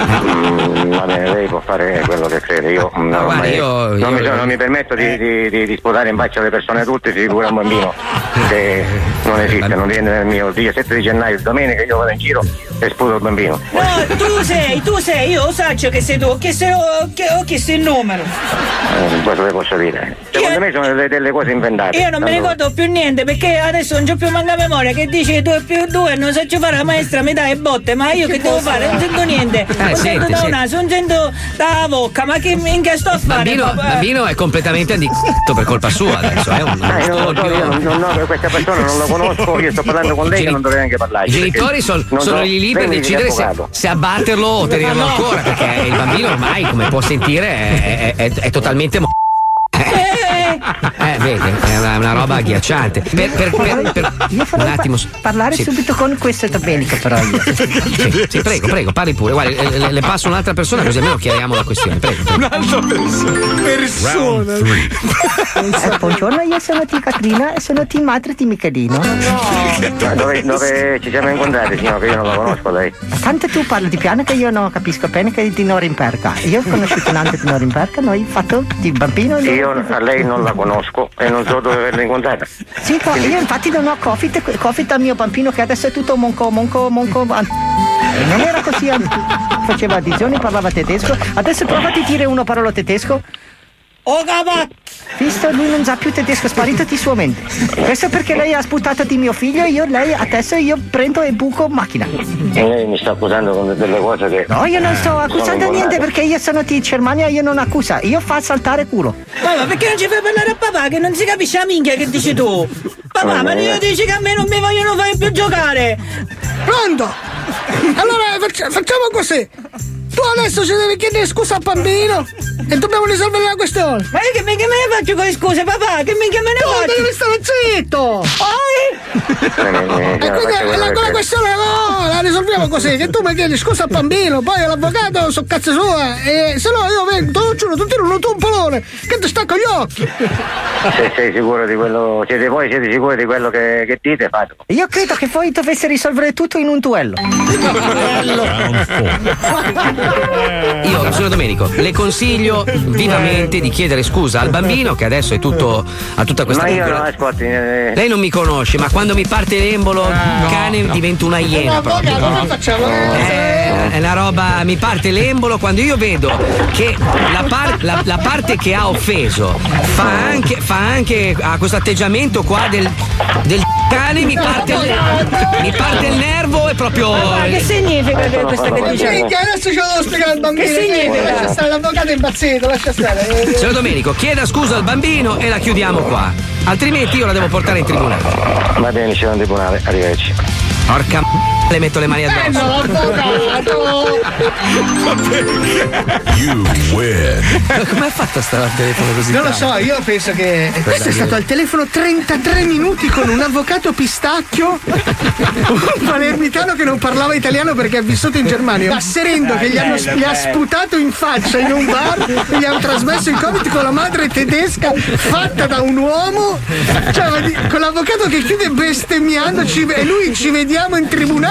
Va bene, lei può fare quello che crede. Io non mi permetto di sputare in faccia alle persone tutte, si figura un bambino che non esiste, non viene nel mio 17 di gennaio, domenica io vado in giro e sputo il bambino. No, tu sei, io so che sei tu, ho chiesto il numero. Cosa le posso dire? Secondo me sono delle cose inventate. Io non mi ricordo più niente perché adesso non c'ho più manca memoria, che dice 2 più 2 non so fare, la maestra mi dà e botte, ma io che devo fare? Non sento niente, non sento da un naso, non sento dalla bocca, ma che minchia sto a fare? Il bambino è completamente addicto per colpa sua adesso, è no, questa persona non lo conosco, io sto parlando con lei che non dovrei neanche parlare. I genitori sono lì per decidere se abbatterlo o tenerlo ancora, perché il bambino ormai, come può sentire, è totalmente vedi, è una roba agghiacciante. Io farò un attimo parlare subito con questo Domenico, però io. Sì, prego, parli pure. Guarda, le passo un'altra persona così almeno chiariamo la questione. Prego. Un'altra persona. Buongiorno, io sono T. Catrina e sono Team madre di Michelino. Dove ci siamo incontrati, signor, che io non la conosco lei? Tanto tu parli di piano che io non capisco bene, che è di Norimberga. Io ho conosciuto un anno di Norimberga, noi fatto di bambino. Io a lei non la conosco e non so dove averla incontrata. Sì, io infatti non ho Covid al mio bambino che adesso è tutto monco. Non era così, faceva addizioni, parlava tedesco. Adesso prova a dire una parola tedesco. Oh cavacchio! Visto, lui non sa più tedesco, è sparito di sua mente. Questo perché lei ha sputato di mio figlio e lei adesso io prendo e buco macchina. Lei mi sta accusando con delle cose che... No, io non sto accusando niente perché io sono di Germania, io non accusa, io fa saltare culo. Ma perché non ci fai parlare a papà che non si capisce la minchia che dici tu? Papà, ma io dici che a me non mi vogliono fare più giocare. Pronto? Allora facciamo così. Tu adesso ci devi chiedere scusa al bambino e dobbiamo risolvere la questione. Ma io che me ne faccio con le scuse, papà? Che minchia me ne faccio? Devi stare zitto! E quindi la questione la risolviamo così, che tu mi chiedi scusa al bambino, poi l'avvocato so cazzo sua, e se no io vengo, te lo giuro, ti tiro un tumpolone che ti stacco gli occhi. Se sei sicuro di quello, siete sicuri di quello che dite, fatelo. Io credo che voi dovesse risolvere tutto in un duello. Io, signor Domenico, le consiglio vivamente di chiedere scusa al bambino che adesso è tutto a tutta questa ma io no, ascolti, lei non mi conosce, ma quando mi parte l'embolo il cane diventa una iena proprio. È una roba, mi parte l'embolo quando io vedo che la parte che ha offeso fa anche ha questo atteggiamento qua del cane, mi parte il nervo e proprio. Ma che significa questo che diciamo? Adesso ce lo devo spiegare al bambino. Che significa? Lascia stare, l'avvocato è impazzito, lascia stare. Signor Domenico, chieda scusa al bambino e la chiudiamo qua. Altrimenti io la devo portare in tribunale. Va bene, c'è un tribunale, arrivederci. Porca le metto le mani addosso. You win. Come hai fatto a stare al telefono così? Non lo so, io penso che questo è stato al telefono 33 minuti con un avvocato pistacchio, un palermitano che non parlava italiano perché ha vissuto in Germania, Passerendo che gli ha sputato in faccia in un bar e gli hanno trasmesso il Covid con la madre tedesca fatta da un uomo, cioè con l'avvocato che chiude bestemmiandoci e lui ci vediamo in tribunale.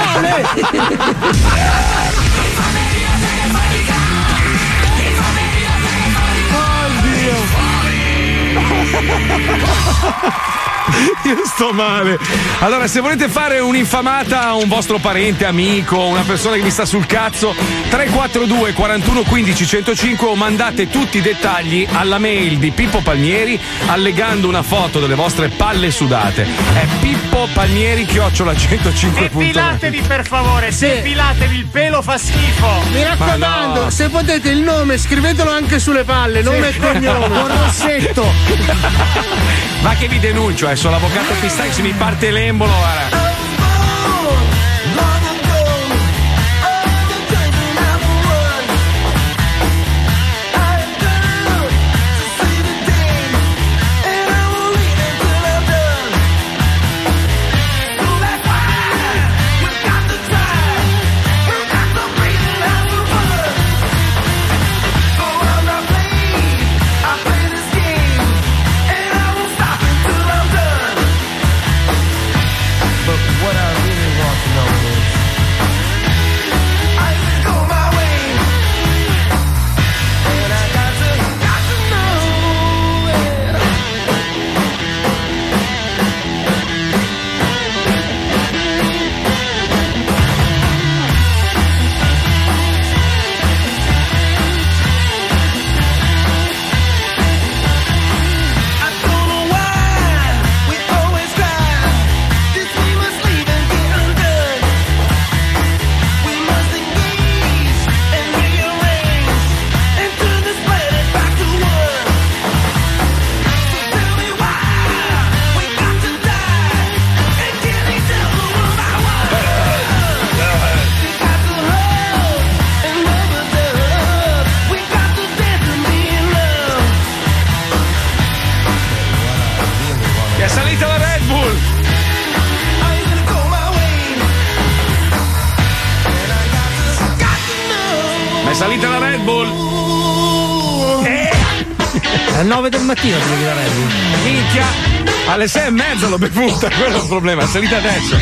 Io sto male. Allora, se volete fare un'infamata a un vostro parente, amico, una persona che vi sta sul cazzo, 342 41 15 105 o mandate tutti i dettagli alla mail di Pippo Palmieri allegando una foto delle vostre palle sudate. È pippopalmieri@105.net. Depilatevi per favore, depilatevi, il pelo fa schifo. Mi raccomando, no, se potete il nome scrivetelo anche sulle palle, nome e cognome. Con rossetto. Ma che vi denuncio, adesso l'avvocato Pistacchi, se mi parte l'embolo, guarda. Salita la Red Bull. Alle 9 del mattino devi la Red Bull. Minchia, alle 6:30 l'ho bevuta, quello è il problema, è salita adesso.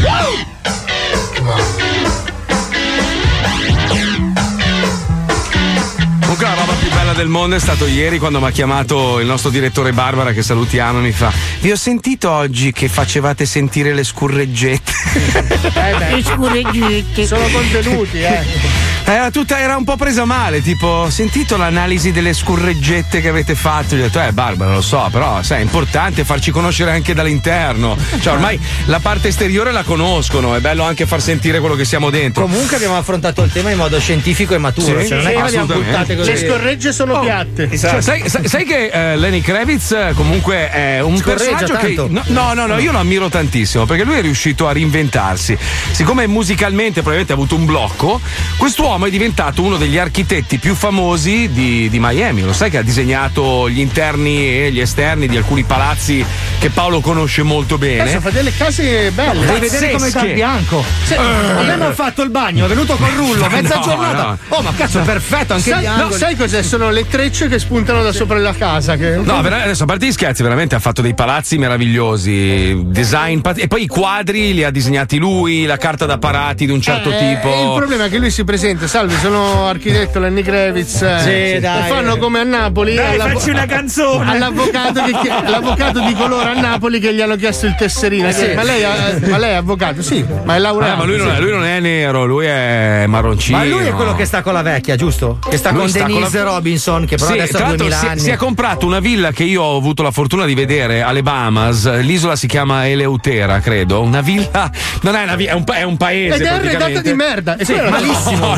Comunque la roba più bella del mondo è stato ieri quando mi ha chiamato il nostro direttore Barbara, che salutiamo, e mi fa: vi ho sentito oggi che facevate sentire le scurreggette. I scurreggette sono contenuti, Era un po' presa male, tipo, ho sentito l'analisi delle scurreggette che avete fatto. Gli ho detto, Barbara, lo so, però sai, è importante farci conoscere anche dall'interno. Cioè, ormai la parte esteriore la conoscono, è bello anche far sentire quello che siamo dentro. Comunque abbiamo affrontato il tema in modo scientifico e maturo. Sì, cioè, non è che abbiamo buttate così. Le scorregge sono piatte. Esatto. Sai che Lenny Kravitz comunque è un personaggio tanto. che no, io lo ammiro tantissimo perché lui è riuscito a reinventarsi. Siccome musicalmente probabilmente ha avuto un blocco, quest'uomo è diventato uno degli architetti più famosi di Miami. Lo sai che ha disegnato gli interni e gli esterni di alcuni palazzi che Paolo conosce molto bene. Adesso fa delle case belle. Devi vedere come dal bianco. Abbiamo fatto il bagno, è venuto col rullo, mezza giornata. No. Oh, ma cazzo, perfetto, anche gli angoli. No, sai cos'è? Sono le trecce che spuntano da sopra la casa. Che... No, adesso a parte gli scherzi, veramente ha fatto dei palazzi meravigliosi, design, e poi i quadri li ha disegnati lui, la carta da parati di un certo tipo. Il problema è che lui si presenta, salve, sono architetto Lenny Kravitz. Sì, dai. E fanno come a Napoli. Dai, facci una canzone. All'avvocato di colore a Napoli che gli hanno chiesto il tesserino. Sì. Ma lei è avvocato? Sì, ma è laureato. Ma lui non è nero, lui è marroncino. Ma lui è quello che sta con la vecchia, giusto? Che sta con Denise Robinson, che però adesso ha 2000 anni. Si è comprato una villa che io ho avuto la fortuna di vedere alle Bahamas. L'isola si chiama Eleutera, credo. Una villa. Non è una villa, è un paese. Ed è arredata di merda. Sì, malissimo.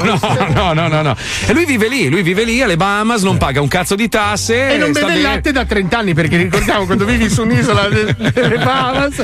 No. E lui vive lì alle Bahamas, non paga un cazzo di tasse. E non beve il latte da 30 anni, perché ricordiamo quando vivi su un'isola delle Bahamas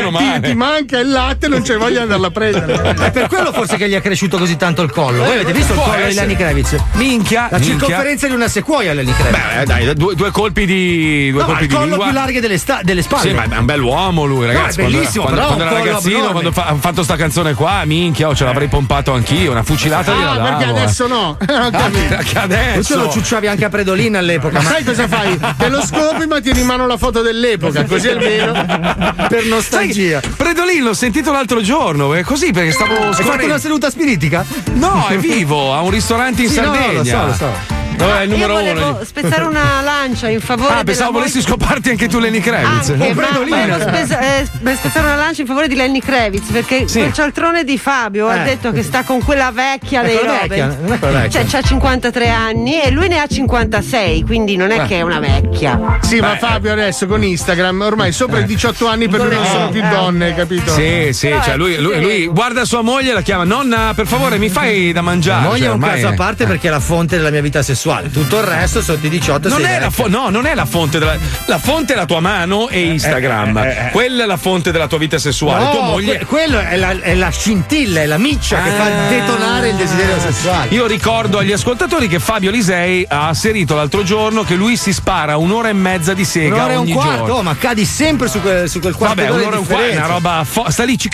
ti manca il latte e non c'è voglia di andarla a prendere. È per quello forse che gli è cresciuto così tanto il collo. Voi avete visto il collo di Lenny Kravitz? Minchia. La circonferenza di una sequoia, Lenny Kravitz. Beh, dai, due colpi di colpi di lingua. Più larghe delle spalle. Sì, ma è un bell'uomo lui, ragazzi. No, è bellissimo, quando era ragazzino, quando ha fatto sta canzone qua, minchia, ce l'avrei pompato anch'io, una fucilata gliela davo. Perché adesso no. Che adesso. Tu lo ciucciavi anche a Predolin all'epoca. Ma sai cosa fai? Te lo scopi ma tieni in mano la foto dell'epoca, così almeno per nostalgia. Predolin l'ho sentito l'altro giorno, è così perché stavo Hai fatto una seduta spiritica? No, è vivo, ha un ristorante in Sardegna. No, lo so. Dov'è il numero io volevo spezzare una lancia in favore pensavo volessi scoparti anche tu Lenny Kravitz. Volevo spezzare una lancia in favore di Lenny Kravitz perché quel cialtrone di Fabio ha detto che sta con quella vecchia dei Robin. Cioè c'ha 53 anni e lui ne ha 56, quindi non è che è una vecchia. Sì, ma Fabio adesso con Instagram ormai sopra i 18 anni per lui non sono più donne, capito? Sì, cioè lui guarda sua moglie e la chiama: nonna, per favore mi fai da mangiare. La moglie è un ormai caso a parte perché è la fonte della mia vita sessuale. Tutto il resto sotto i 18 non è la fonte la fonte è la tua mano e Instagram. Quella è la fonte della tua vita sessuale. Tua moglie quello è la scintilla, è la miccia che fa detonare il desiderio sessuale. Io ricordo agli ascoltatori che Fabio Lisei ha asserito l'altro giorno che lui si spara un'ora e mezza di sega ogni giorno. Oh, ma cadi sempre su quel quarto d'ora. Vabbè, un'ora e un quarto è una roba sta lì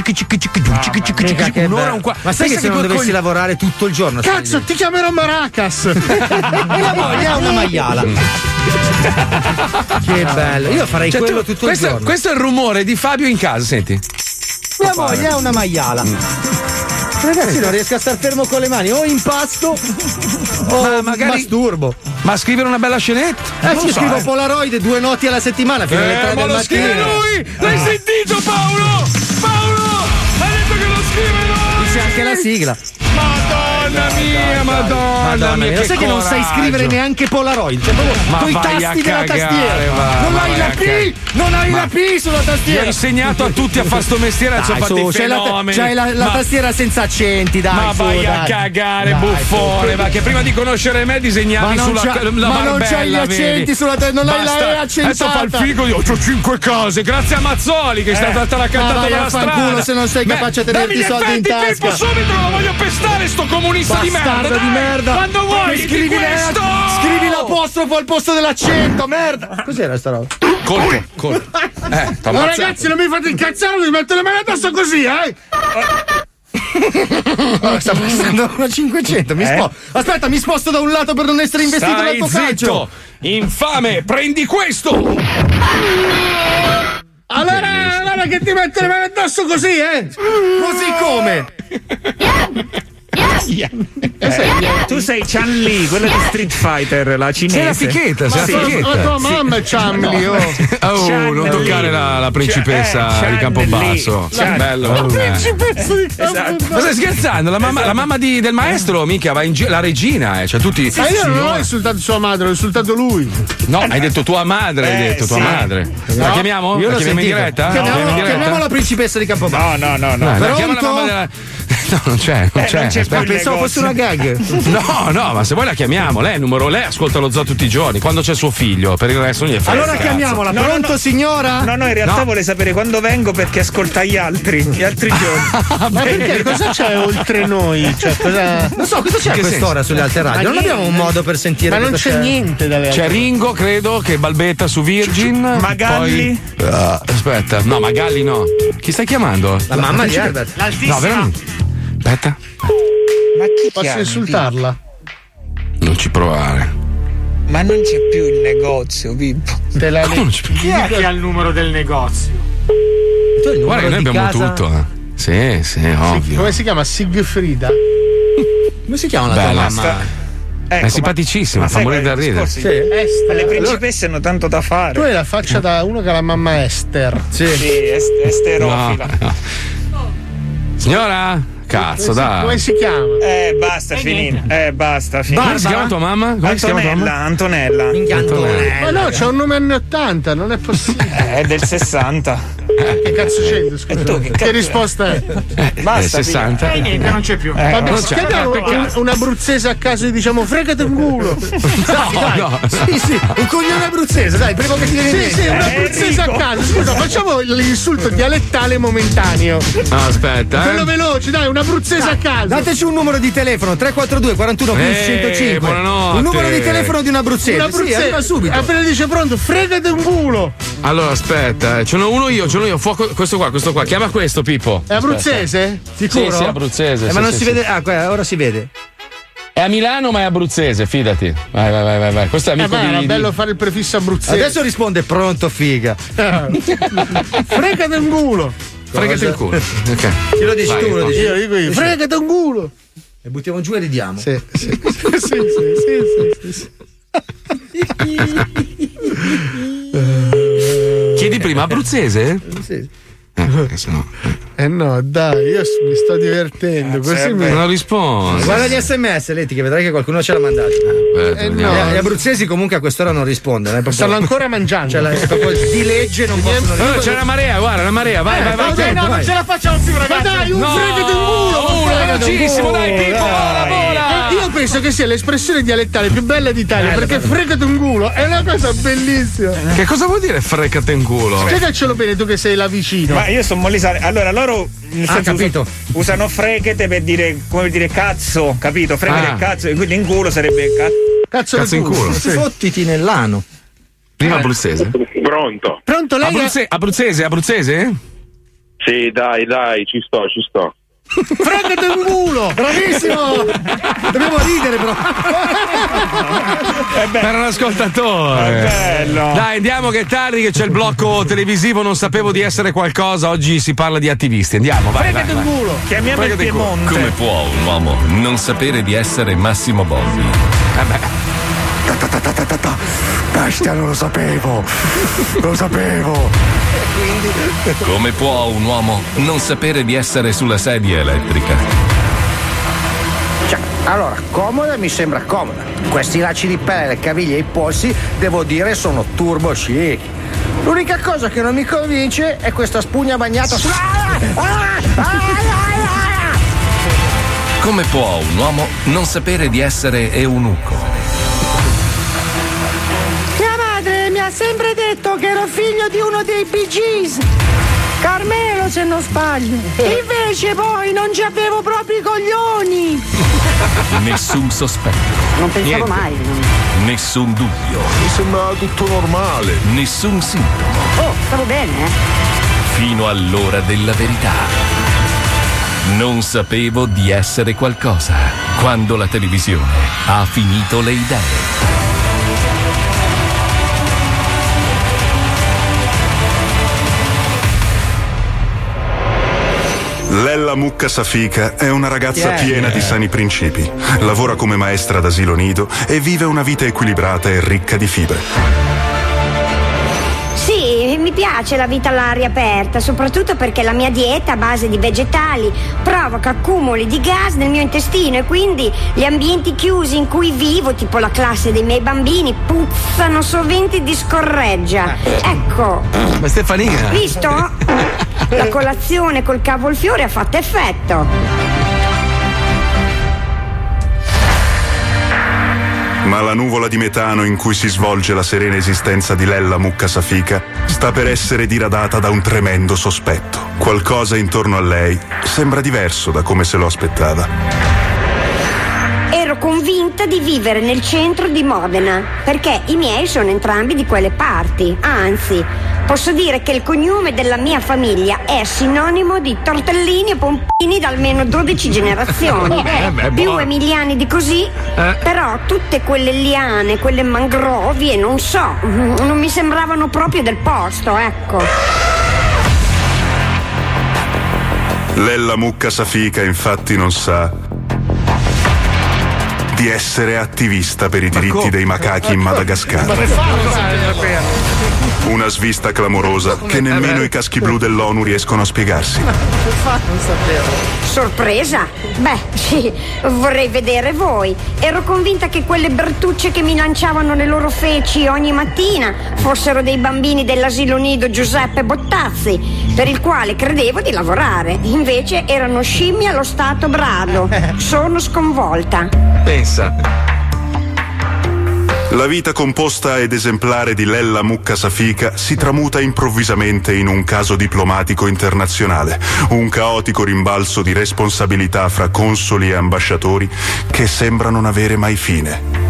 un'ora e un quarto. Ma sai che se non dovessi lavorare tutto il giorno? Cazzo, ti chiamerò Maracas. Mia moglie ha una maiala. Che bello. Io farei quello tutto il giorno. Questo è il rumore di Fabio in casa, senti. Mia moglie ha una maiala. Ragazzi, non riesco a star fermo con le mani, o impasto o magari masturbo. Ma scrivere una bella scenetta? Sì, scrivo Polaroid 2 notti alla settimana fino alle 3 del mattino. Ma lo scrive lui! L'hai sentito, Paolo? Paolo! Hai detto che lo scrive lui! Dice anche la sigla. Madonna mia, lo sai che non sai scrivere neanche Polaroid, cioè proprio coi tasti della tastiera. Non hai la P sulla tastiera. Io ho insegnato a tutti a fare sto mestiere, ci ho fatto i fenomeni. C'hai la tastiera senza accenti, dai. Ma vai a cagare, buffone, ma che prima di conoscere me disegnavi sulla barbella. Ma non c'hai gli accenti sulla tastiera, non hai la E accentata. Adesso fa il figo, io ho 5 case, grazie a Mazzoli che è stata la cantata dalla strada. Culo se non sei capace a tenerti i soldi in tasca. Subito lo voglio pestare sto comunista di merda. Quando vuoi, scrivi l'apostrofo al posto dell'accento, merda. Cos'era sta roba? Colpo. Ma ragazzi, non mi fate incazzare, mi metto le mani addosso così, sta passando una 500. Aspetta, mi sposto da un lato per non essere investito dal tuo calcio. Infame, prendi questo. Allora che ti metto le mani addosso così, Così come? Tu sei Chan Li, quella di Street Fighter, la cinese. Sei la fichetta, sei la fichetta. Ma tua mamma è Chan Li, non toccare la principessa di Campobasso. Bello. La principessa di Campobasso. Ma stai scherzando? La mamma del maestro, mica, va in giro, la regina, cioè tutti. Ma io non ho insultato sua madre, ho insultato lui. No, hai detto tua madre, hai detto tua madre. La chiamiamo? Io la chiamiamo in diretta? Chiamiamo la principessa di Campobasso. No. Chiamiamo la mamma della. No, non c'è. Pensavo fosse una gag. No, ma se vuoi la chiamiamo, lei è il numero, lei ascolta lo zoo tutti i giorni, quando c'è suo figlio, per il resto non gli frega. Allora chiamiamola, pronto signora? No, in realtà vuole sapere quando vengo perché ascolta gli altri giorni. Ma perché? Cosa c'è oltre noi? Cioè, cosa. Non so, cosa c'è a quest'ora sulle altre radio? Non abbiamo un modo per sentire. Ma non c'è niente da vedere. C'è Ringo, credo, che balbetta su Virgin. Magalli? Aspetta, no, Magalli no. Chi stai chiamando? La mamma di Herbert. No, veramente. Aspetta. Ma chi posso insultarla? Non ci provare. Ma non c'è più il negozio, Pippo. Chi è che ha il numero del negozio? Guarda che noi abbiamo tutto. Sì, ovvio. Come si chiama? Sigfrida? Come si chiama la tua mamma? È simpaticissima, fa morire da ridere. Sì. Esther. Le principesse hanno tanto da fare. Tu hai la faccia da uno che ha la mamma Esther. Sì, esterofila. No. Signora? Cazzo, dai. Come si chiama? Basta, finire. Basta, finire. Come si chiama tua mamma? Antonella. Ma no, c'è un nome anni 80, non è possibile. È del 60. Che cazzo c'è? Scusa. Che risposta è? Basta. 60. Niente, non c'è più. Vabbè, chiamiamo un abruzzese a caso e diciamo fregate un culo. No. Sì, un coglione abruzzese, dai, prima che ti viene. Sì, un abruzzese a caso. Scusa, facciamo l'insulto dialettale momentaneo. No, aspetta. Quello veloce, dai, un abruzzese a caso. Dateci un numero di telefono, 342 41 più 105. Buonanotte. Un numero di telefono di un abruzzese. Un abruzzese. Sì, arriva subito. Appena dice pronto, fregate un culo. Allora, aspetta, ce n'ho uno io. Fuoco, questo qua. Chiama questo, Pippo. È abruzzese? Sicuro? Sì, abruzzese. Ma non si vede. Ora si vede. È a Milano, ma è abruzzese, fidati. Vai. Questo è amico di. Era bello fare il prefisso abruzzese. Adesso risponde pronto, figa. Fregate un culo. Fregate il culo. Ok. Chi lo dici tu? Lo dici? Io dico io. Fregate un culo. E buttiamo giù e ridiamo. Sì. Chiedi prima abruzzese? Sì. No, dai, io mi sto divertendo. Così non rispondo. Guarda gli SMS, Leti, che vedrai che qualcuno ce l'ha mandato. Gli abruzzesi comunque a quest'ora non rispondono. Stanno ancora mangiando. Cioè, proprio di legge non possono rispondere. C'è una marea, guarda, una marea. Vai. No, non ce la facciamo più, ragazzi. Ma dai, un fregate un culo. Velocissimo, dai, Pippo, vola. Io penso che sia l'espressione dialettale più bella d'Italia, perché fregate un culo è una cosa bellissima. Che cosa vuol dire fregate un culo? Spiegacelo bene tu che sei là vicino. Ma io sono mollisale. Allora, loro nel senso capito. usano fregate per dire, come dire, cazzo, capito? Fregate e cazzo, e quindi in culo sarebbe cazzo in culo. Sì. Fottiti nell'ano. Prima abruzzese. Pronto lei? Abruzzese? Sì, dai, ci sto. Fregate un culo! Bravissimo! Dobbiamo ridere però. Per un ascoltatore. bello. Dai, andiamo che è tardi, che c'è il blocco televisivo. Non sapevo di essere qualcosa. Oggi si parla di attivisti. Andiamo, vai. Fregate un culo! Chiamiamo il Piemonte. Come può un uomo non sapere di essere Massimo Bossi? Bestia, non lo sapevo. Come può un uomo non sapere di essere sulla sedia elettrica? Allora, comoda mi sembra comoda. Questi lacci di pelle, le caviglie e i polsi, devo dire, sono turbo chic. L'unica cosa che non mi convince è questa spugna bagnata sulla. Come può un uomo non sapere di essere eunuco? Mia madre mi ha sempre detto che ero figlio di uno dei Bee Gees. Carmelo, se non sbaglio. Invece poi non ci avevo proprio i coglioni. Nessun sospetto. Non pensavo Niente. mai. Nessun dubbio. Mi sembra tutto normale. Nessun sintomo. Oh, stavo bene, Fino all'ora della verità. Non sapevo di essere qualcosa quando la televisione ha finito le idee. Lella Mucca Safika è una ragazza piena di sani principi. Lavora come maestra d'asilo nido e vive una vita equilibrata e ricca di fibre. Sì, mi piace la vita all'aria aperta, soprattutto perché la mia dieta a base di vegetali provoca accumuli di gas nel mio intestino e quindi gli ambienti chiusi in cui vivo, tipo la classe dei miei bambini, puzzano sovente di scorreggia. Ecco. Ma Stefanina! Visto? La colazione col cavolfiore ha fatto effetto. Ma la nuvola di metano in cui si svolge la serena esistenza di Lella Mucca Safika sta per essere diradata da un tremendo sospetto. Qualcosa intorno a lei sembra diverso da come se lo aspettava. Ero convinta di vivere nel centro di Modena, perché i miei sono entrambi di quelle parti. Anzi, posso dire che il cognome della mia famiglia è sinonimo di tortellini e pompini da almeno 12 generazioni. Più emiliani di così, però tutte quelle liane, quelle mangrovie, non so, non mi sembravano proprio del posto, ecco. Lella Mucca Safika infatti non sa di essere attivista per i diritti dei macachi in Madagascar. Una svista clamorosa che nemmeno i caschi blu dell'ONU riescono a spiegarsi. Sorpresa? Beh, sì, vorrei vedere voi. Ero convinta che quelle bertucce che mi lanciavano le loro feci ogni mattina fossero dei bambini dell'asilo nido Giuseppe Bottazzi, per il quale credevo di lavorare. Invece erano scimmie allo stato brado. Sono sconvolta. Pensa. La vita composta ed esemplare di Lella Mucca Safika si tramuta improvvisamente in un caso diplomatico internazionale, un caotico rimbalzo di responsabilità fra consoli e ambasciatori che sembra non avere mai fine.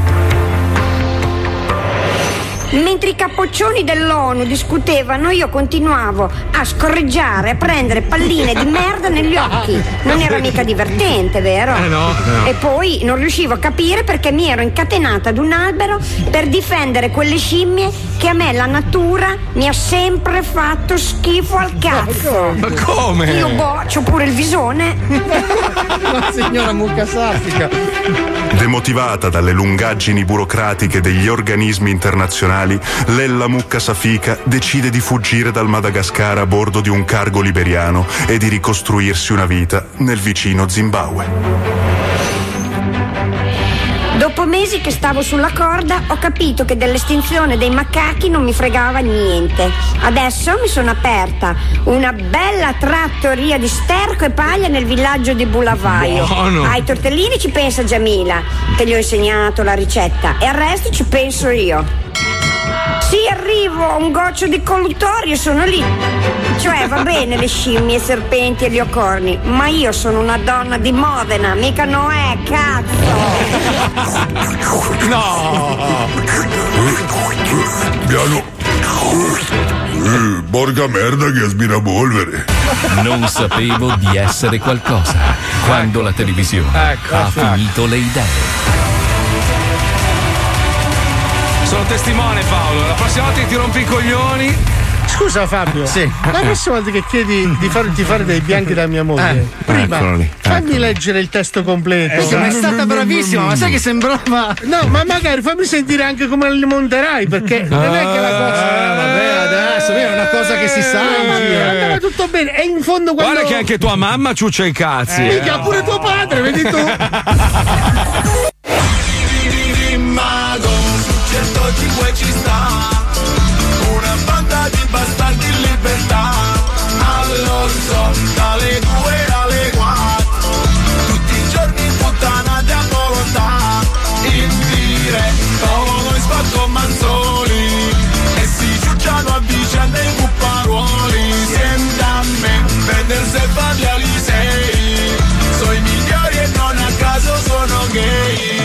Mentre i capoccioni dell'ONU discutevano, io continuavo a scorreggiare, a prendere palline di merda negli occhi. Non era mica divertente, vero? No. E poi non riuscivo a capire perché mi ero incatenata ad un albero per difendere quelle scimmie che a me la natura mi ha sempre fatto schifo al cazzo. Ma come? Io c'ho pure il visone. La signora Mucca Safika. Demotivata dalle lungaggini burocratiche degli organismi internazionali, Lella Mucca Safika decide di fuggire dal Madagascar a bordo di un cargo liberiano e di ricostruirsi una vita nel vicino Zimbabwe. Dopo mesi che stavo sulla corda ho capito che dell'estinzione dei macachi non mi fregava niente. Adesso mi sono aperta una bella trattoria di sterco e paglia nel villaggio di Bulavaio. Ai tortellini ci pensa Giamila, che gli ho insegnato la ricetta, e al resto ci penso io. Sì, arrivo, un goccio di colluttorio, sono lì. Cioè, va bene le scimmie, i serpenti e gli ocorni, ma io sono una donna di Modena, mica Noè, cazzo! No! Piano. Porca merda che aspirapolvere. Non sapevo di essere qualcosa quando la televisione ha finito le idee. Sono testimone, Paolo. La prossima volta che ti rompi i coglioni. Scusa Fabio, sì. La prossima volta che chiedi di farti fare dei bianchi da mia moglie, prima fammi leggere il testo completo. Ma è stata bravissima, ma sai che sembrava. No, ma magari fammi sentire anche come li monterai, perché non è che la cosa. Vabbè, adesso è una cosa che si sa in giro. Andava tutto bene. E in fondo quando. Guarda che anche tua mamma ciuccia i cazzi. Mica pure tuo padre, vedi tu. Mago, su 105 ci sta una banda di bastardi in libertà. All'orso, dalle 2 alle 4, tutti i giorni puttanate a volontà. In diretto noi spacco manzoni e si ciucciano a vicenda i cupparuoli. Senta a me, prendersi e farli alisei, sono i migliori e non a caso sono gay.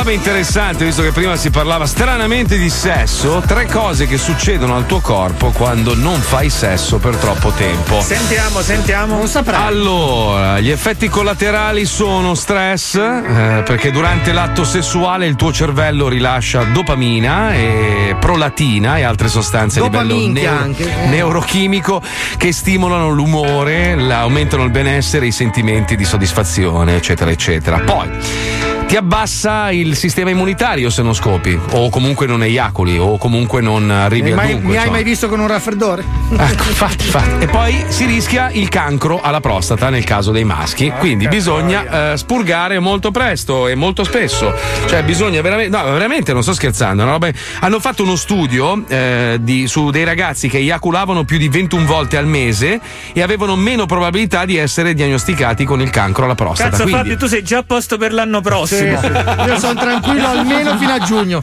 roba interessante, visto che prima si parlava stranamente di sesso, 3 cose che succedono al tuo corpo quando non fai sesso per troppo tempo. Sentiamo. Non saprei. Allora, gli effetti collaterali sono stress, perché durante l'atto sessuale il tuo cervello rilascia dopamina e prolatina e altre sostanze a livello neurochimico che stimolano l'umore, aumentano il benessere, i sentimenti di soddisfazione, eccetera, eccetera. Poi ti abbassa il sistema immunitario se non scopi, o comunque non eiaculi, o comunque non arrivi al dunque. Mi hai mai visto con un raffreddore? Ecco, infatti. E poi si rischia il cancro alla prostata nel caso dei maschi, quindi bisogna spurgare molto presto e molto spesso. Cioè bisogna veramente non sto scherzando. Hanno fatto uno studio su dei ragazzi che eiaculavano più di 21 volte al mese e avevano meno probabilità di essere diagnosticati con il cancro alla prostata. Cazzo, quindi... Fabio, tu sei già a posto per l'anno prossimo. Io sono tranquillo almeno fino a giugno.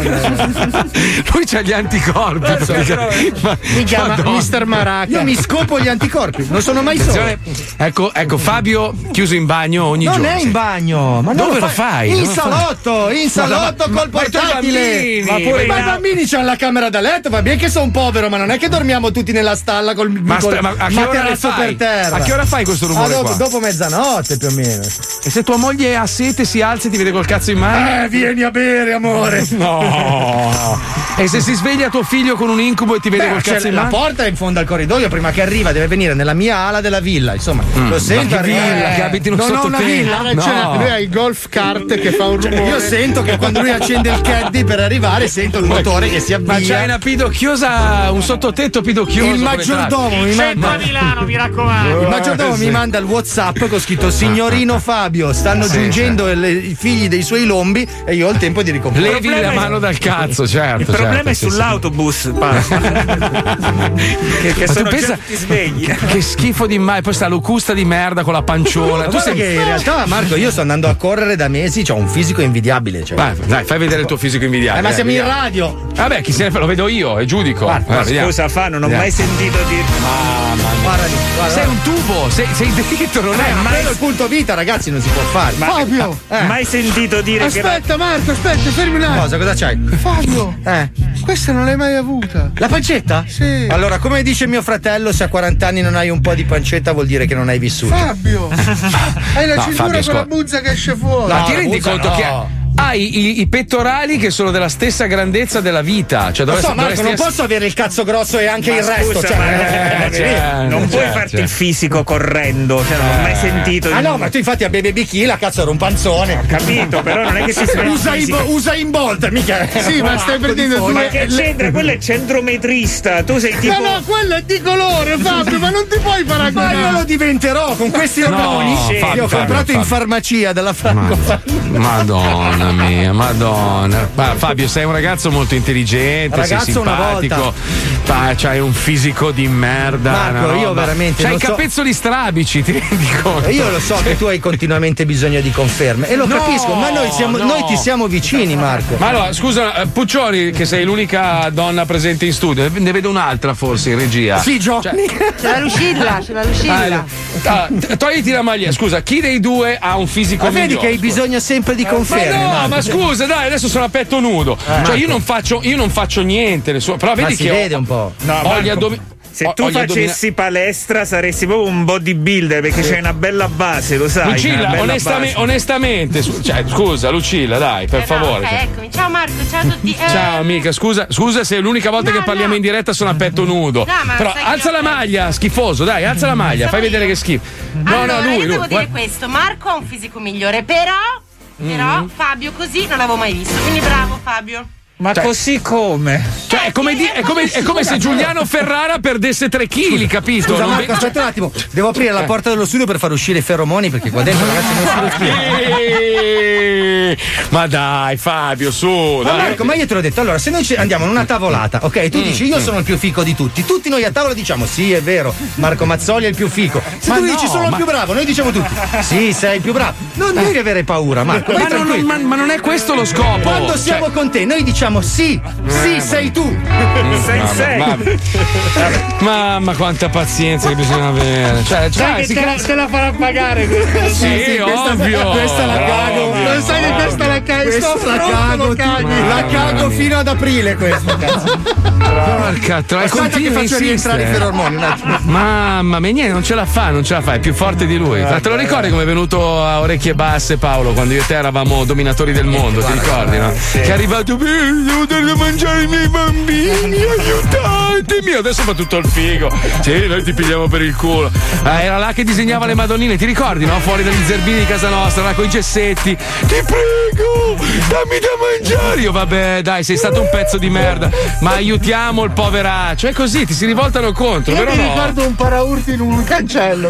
Lui c'ha gli anticorpi. Mi chiama Mr. Maraca. Io mi scopo gli anticorpi, non sono mai solo. Ecco Fabio chiuso in bagno ogni giorno. Non è in bagno, ma dove lo fai? In salotto col portatile. Ma pure i bambini c'hanno la camera da letto, va bene che sono povero, ma non è che dormiamo tutti nella stalla col materasso per terra. A che ora fai questo rumore qua? Dopo mezzanotte più o meno. E se tua moglie ha sete si alza e ti vede col cazzo in mano? Vieni a bere, amore. No. E se si sveglia tuo figlio con un incubo e ti vede col cazzo in mano? La porta è in fondo al corridoio, prima che arriva deve venire nella mia ala della villa, insomma. Lo sento arrivare. Che abiti in un Non ho una villa, lui ha il golf cart che fa un rumore. Io sento che quando lui accende il caddy per arrivare sento il motore che si avvia. Ma c'hai una pidocchiosa, un sottotetto pidocchioso. Il maggiordomo mi manda a Milano, mi raccomando. Il maggiordomo mi manda il WhatsApp con scritto signorino Fabio, stanno giungendo i figli dei suoi lombi e io ho il tempo di ricomprare. Levi la mano dal cazzo, certo. Il problema è sull'autobus, che sono pensa, svegli. Che schifo di immagine, poi sta locusta di merda con la panciona. Tu sai che in realtà, Marco, io sto andando a correre da mesi, c'ho un fisico invidiabile. Cioè. Dai, fai vedere il tuo fisico invidiabile. Ma siamo in radio. Vabbè, chi se ne fa, lo vedo io e giudico. Scusa, non ho mai sentito dire. Guarda. Sei un tubo, sei dritto, non è mai il punto vita, ragazzi, non si può fare. Fabio, mai sentito dire aspetta, Marco, fermi un attimo. Cosa c'hai? Fabio, questa non l'hai mai avuta. La pancetta? Sì. Allora, come dice mio fratello, se a 40 anni non hai un po' di pancetta vuol dire che non hai vissuto. Fabio, hai la cintura con la buzza che esce fuori. Ma ti rendi conto che hai i pettorali che sono della stessa grandezza della vita. Cioè, Marco, non posso avere il cazzo grosso e anche il resto. Non puoi farti il fisico correndo. Cioè, non ho mai sentito. No, ma tu infatti a Baby Bikila, cazzo, era un panzone. Ho capito, però non è che si usa in Bolt, mica. Sì, ma stai perdendo. Ma che c'entra? Quello è centrometrista. Tu sei tipo. No, quello è di colore, Fabio, ma non ti puoi paragonare. Ma io lo diventerò con questi ormoni. Io ho comprato in farmacia dalla Franco. Madonna mia, madonna. Fabio, sei un ragazzo molto intelligente, sei simpatico. C'hai un fisico di merda. Marco, io veramente. C'hai i capezzoli strabici, ti rendi conto? Io lo so che tu hai continuamente bisogno di conferme. E lo capisco, ma noi ti siamo vicini, Marco. Ma allora, scusa, Puccioni, che sei l'unica donna presente in studio, ne vedo un'altra forse in regia. Sì, Gio. C'è la Lucilla. Togliti la maglia, scusa, chi dei due ha un fisico migliore? Vedi che hai bisogno sempre di conferme. No, ma scusa, dai, adesso sono a petto nudo. Cioè, io non faccio niente, però vedi si che vede un po'. No, ho gli addominali. Se tu facessi palestra saresti proprio un bodybuilder perché c'hai una bella base, lo sai. Lucilla, onestamente, scusa Lucilla, dai, per favore. Okay, eccomi. Ciao Marco, ciao a tutti. Ciao amica, scusa se è l'unica volta che parliamo in diretta sono a petto nudo. Però alza la maglia, schifoso, dai, alza la maglia, fai vedere che schifo. Lui. Devo dire questo, Marco ha un fisico migliore, però Fabio così non l'avevo mai visto, quindi bravo Fabio. Ma così come? Cioè, è come se Giuliano Ferrara perdesse 3 kg, capito? Scusa, Marco, aspetta un attimo. Devo aprire la porta dello studio per far uscire i feromoni perché qua dentro, ragazzi, non si respira. Ma dai, Fabio, su. Ma Marco, ma io te l'ho detto. Allora, se noi andiamo in una tavolata, ok? Tu dici io sono il più fico di tutti. Tutti noi a tavola diciamo sì, è vero, Marco Mazzoli è il più fico. Se tu dici sono il più bravo, noi diciamo tutti sì, sei il più bravo. Non devi avere paura, Marco. Ma non è questo lo scopo. Quando siamo con te, noi diciamo diciamo sì, sei tu. Mamma quanta pazienza che bisogna avere. Cioè, te la farà pagare questa. Sì, ovvio. Questa la cago. Non sai che questa la cago. La cago fino ad aprile questa, cazzo. Porca troia, aspetta che faccio rientrare i ferormoni un attimo. Mamma mia, niente, non ce la fa, è più forte di lui. Te lo ricordi come è venuto a Orecchie Basse, Paolo, quando io e te eravamo dominatori del mondo, ti ricordi, no? Sì. Che è arrivato, devo dare da mangiare ai miei bambini, aiutatemi, adesso fa tutto il figo. Sì, noi ti pigliamo per il culo. Era là che disegnava le madonnine, ti ricordi, no? Fuori dagli zerbini di casa nostra, là con i cessetti. Ti prego, dammi da mangiare. Io, vabbè, dai, sei stato un pezzo di merda, ma aiutiamo il poveraccio. È così, ti si rivoltano contro, io vero? Mi ricordo un paraurti in un cancello.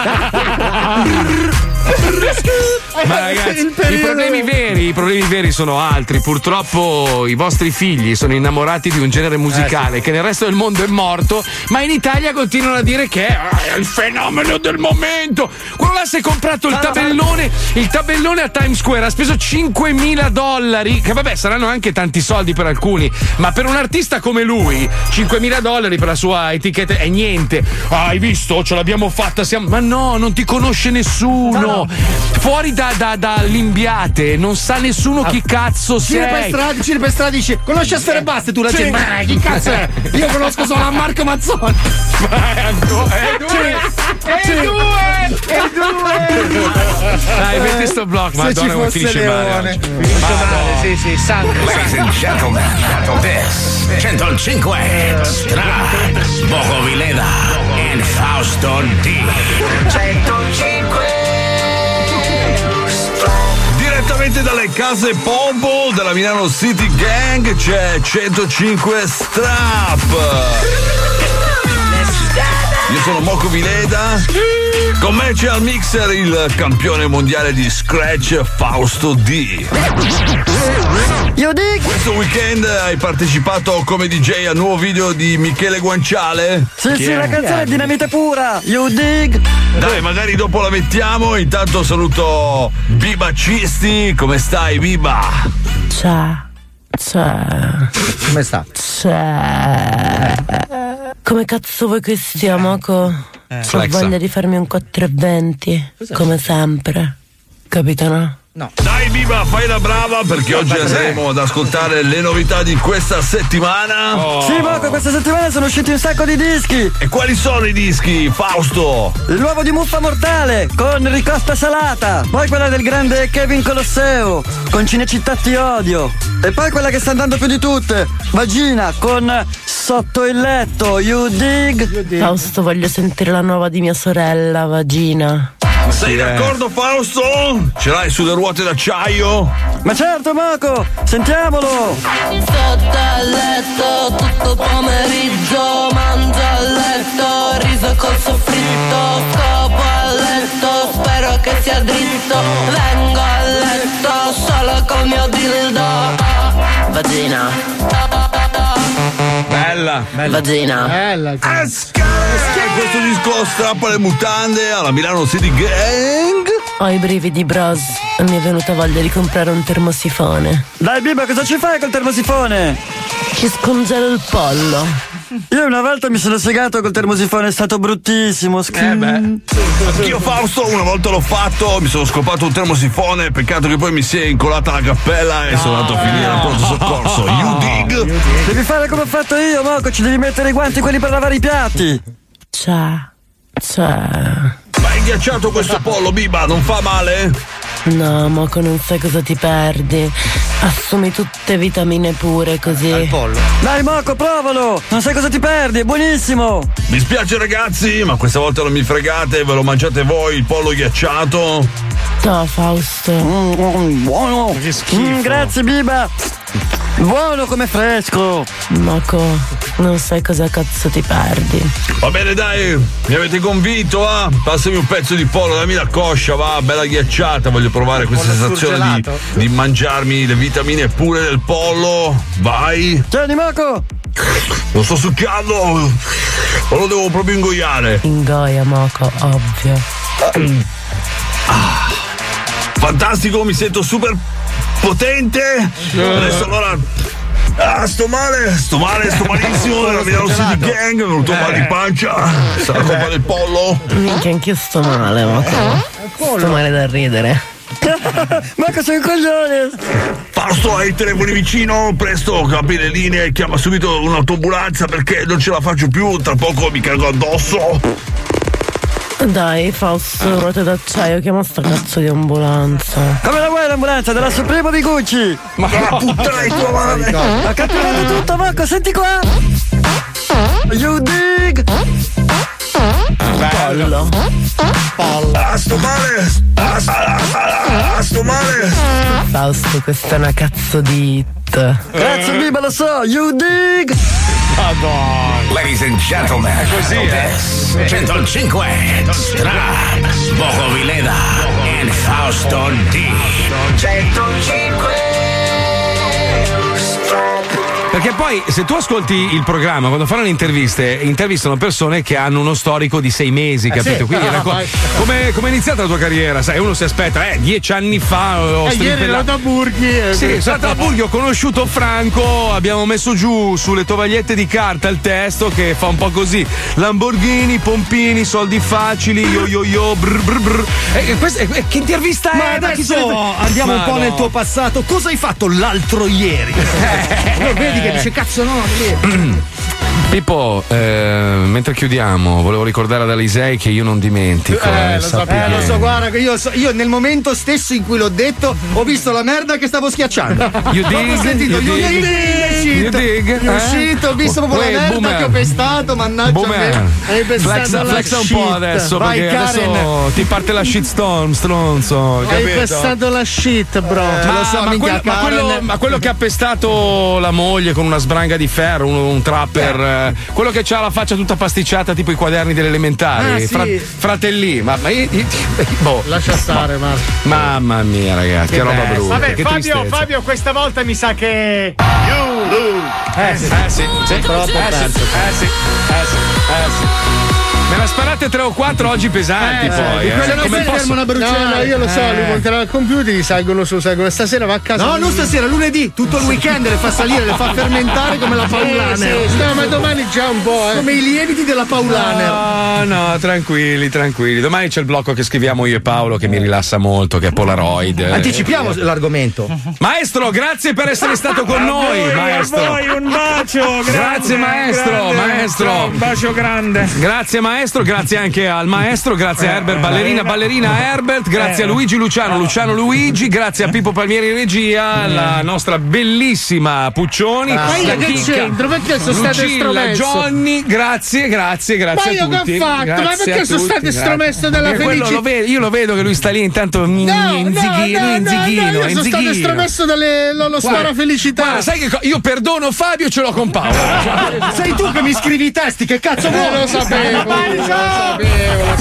Ma ragazzi, i problemi veri sono altri. Purtroppo i vostri figli sono innamorati di un genere musicale che nel resto del mondo è morto, ma in Italia continuano a dire che è il fenomeno del momento. Quello là si è comprato il tabellone a Times Square, ha speso $5.000, che vabbè saranno anche tanti soldi per alcuni, ma per un artista come lui $5.000 per la sua etichetta è niente. Hai visto? Ce l'abbiamo fatta, ma no, non ti conosce nessuno. No. Fuori dall'imbiate non sa nessuno chi cazzo sei. Giri per strada dici conosci a Sfere Baste, tu la gente, ma chi cazzo è? Io conosco solo a Marco Mazzoni. Dai, metti sto blocco, madonna come finisce male. Sì, sangue. Ladies and gentlemen, this 105 Stra Boco Vileda and Fausto D. 105 Direttamente dalle case Pompo della Milano City Gang c'è 105 Strap. Io sono Moco Vileda. Con me c'è al mixer il campione mondiale di scratch Fausto D. Questo weekend hai partecipato come DJ al nuovo video di Michele Guanciale? Sì, la canzone è dinamite pura. You dig? Dai, magari dopo la mettiamo. Intanto saluto Biba Cisti. Come stai, Biba? Ciao. Come sta? Come cazzo vuoi che stia, Moco? Ho voglia di farmi un 420, come sempre. Capito, no? No. Dai Biba, fai la brava perché oggi andremo ad ascoltare le novità di questa settimana. Sì, Moco, questa settimana sono usciti un sacco di dischi. E quali sono i dischi, Fausto? Il nuovo di Muffa Mortale con Ricotta Salata. Poi quella del grande Kevin Colosseo con Cinecittà Ti Odio. E poi quella che sta andando più di tutte, Vagina con Sotto il letto. You dig? Fausto, voglio sentire la nuova di mia sorella, Vagina. Sei d'accordo, Fausto? Ce l'hai sulle ruote d'acciaio? Ma certo, Moco, sentiamolo! Sotto al letto, tutto pomeriggio, mangio a letto, riso col soffritto, scopo a letto, spero che sia dritto, vengo a letto, solo col mio dildo. Vagina. Bella. Vagina. Bella. Questo disco strappa le mutande alla Milano City Gang. Ho i brividi, bros. Mi è venuta voglia di comprare un termosifone. Dai, Biba, cosa ci fai col termosifone? Ci scongelo il pollo. Io una volta mi sono segato col termosifone, è stato bruttissimo. Io, Fausto, una volta l'ho fatto, mi sono scopato un termosifone, peccato che poi mi si è incolata la cappella e sono andato a finire al pronto soccorso. You dig? Devi fare come ho fatto io, Moco, ci devi mettere i guanti quelli per lavare i piatti. Ciao. Ma hai ghiacciato questo pollo, Biba, non fa male? No, Moco, non sai cosa ti perdi. Assumi tutte vitamine pure così. Al pollo. Dai, Moco, provalo! Non sai cosa ti perdi, è buonissimo! Mi spiace, ragazzi, ma questa volta non mi fregate, ve lo mangiate voi il pollo ghiacciato? No, Fausto. Buono! Che schifo. Grazie, Biba! Buono come fresco! Moco, non sai cosa cazzo ti perdi. Va bene, dai, mi avete convinto, va? Passami un pezzo di pollo, dammi la coscia, va, bella ghiacciata, voglio provare questa sensazione di mangiarmi le vitamine pure del pollo. Vai! Tieni, Moco! Lo sto succhiando, o lo devo proprio ingoiare? Ingoia, Moco, ovvio. Fantastico, mi sento super potente. Adesso allora sto malissimo della Milano City Gang, mi è venuto male di pancia. Sarà colpa del pollo? Minchia, anch'io sto male, ma sto male da ridere. Ma cosa un coglione? Fausto, hai i telefoni vicino? Presto, capi le linee, chiama subito un'autoambulanza perché non ce la faccio più, tra poco mi cago addosso. Dai, Fausto, ruote d'acciaio, chiama sta cazzo di ambulanza. Come la vuoi l'ambulanza? Della Supremo di Gucci! Ma puttana di tua madre! Ha catturato tutto, Marco, senti qua! You dig! Pollo. Sto male! Sto male! Fausto, questa è una cazzo di hit. Grazie mille, lo so, you dig! Madonna! Ladies and gentlemen, è così, 105 Boco Vileda and Fausto D. 105 Perché poi se tu ascolti il programma, quando fanno le interviste, intervistano persone che hanno uno storico di 6 mesi, capito? Sì. Quindi come è iniziata la tua carriera? Sai, uno si aspetta, 10 anni fa ieri ero da Burghi. Sì, sono andato a Burghi, ho conosciuto Franco, abbiamo messo giù sulle tovagliette di carta il testo che fa un po' così: Lamborghini, pompini, soldi facili, yo brr brr brr. Che intervista Ma è? adesso andiamo un po' nel tuo passato. Cosa hai fatto l'altro ieri? Lo vedi che dice cazzo no. Pippo, mentre chiudiamo, volevo ricordare ad Alisei che io non dimentico. Lo so, guarda che io nel momento stesso in cui l'ho detto ho visto la merda che stavo schiacciando. You dig? Ho sentito You dig? è uscito, ho visto proprio la merda boomer. che ho pestato, mannaggia Boomer. me. Flexa un po' adesso. Vai, perché Karen. adesso ti parte la shitstorm, stronzo. Hai capito? pestato la shit, bro. Ma quello che ha pestato la moglie con una sbranga di ferro, un trapper, quello che ha la faccia tutta pasticciata tipo i quaderni delle elementari, sì. Fratelli, ma boh. Lascia stare, Marco. Mamma mia, ragazzi, che roba brutta. Vabbè, che Fabio, questa volta mi sa che sì. Me la sparate 3 o 4 oggi pesanti poi. Se non si ferma una bruciata. No, io lo so, lui monterà al computer, gli salgono su, stasera va a casa. No, non stasera, lunedì, tutto il weekend le fa salire, le fa fermentare come la Paulaner. Sì, no, ma domani già un po', come i lieviti della Paulaner. No, tranquilli. Domani c'è il blocco che scriviamo io e Paolo che mi rilassa molto, che è Polaroid. Anticipiamo l'argomento. Maestro, grazie per essere stato con noi, maestro. A voi un bacio, grazie maestro. Un bacio grande. Grazie maestro, grazie anche al maestro, grazie a Herbert ballerina Herbert, grazie a Luigi Luciano Luigi, grazie a Pippo Palmieri in regia, la nostra bellissima Puccioni, ma io che c'entro? Perché sono stato estromesso? Johnny, grazie ma a tutti. Ma io che ho fatto? Grazie, ma perché sono stato estromesso dalla felicità? Io lo vedo che lui sta lì intanto io sono stato estromesso dallo stara felicità. Guarda, sai che io perdono Fabio, ce l'ho con Paolo. Sei tu che mi scrivi i testi, che cazzo vuoi? Lo sapevo.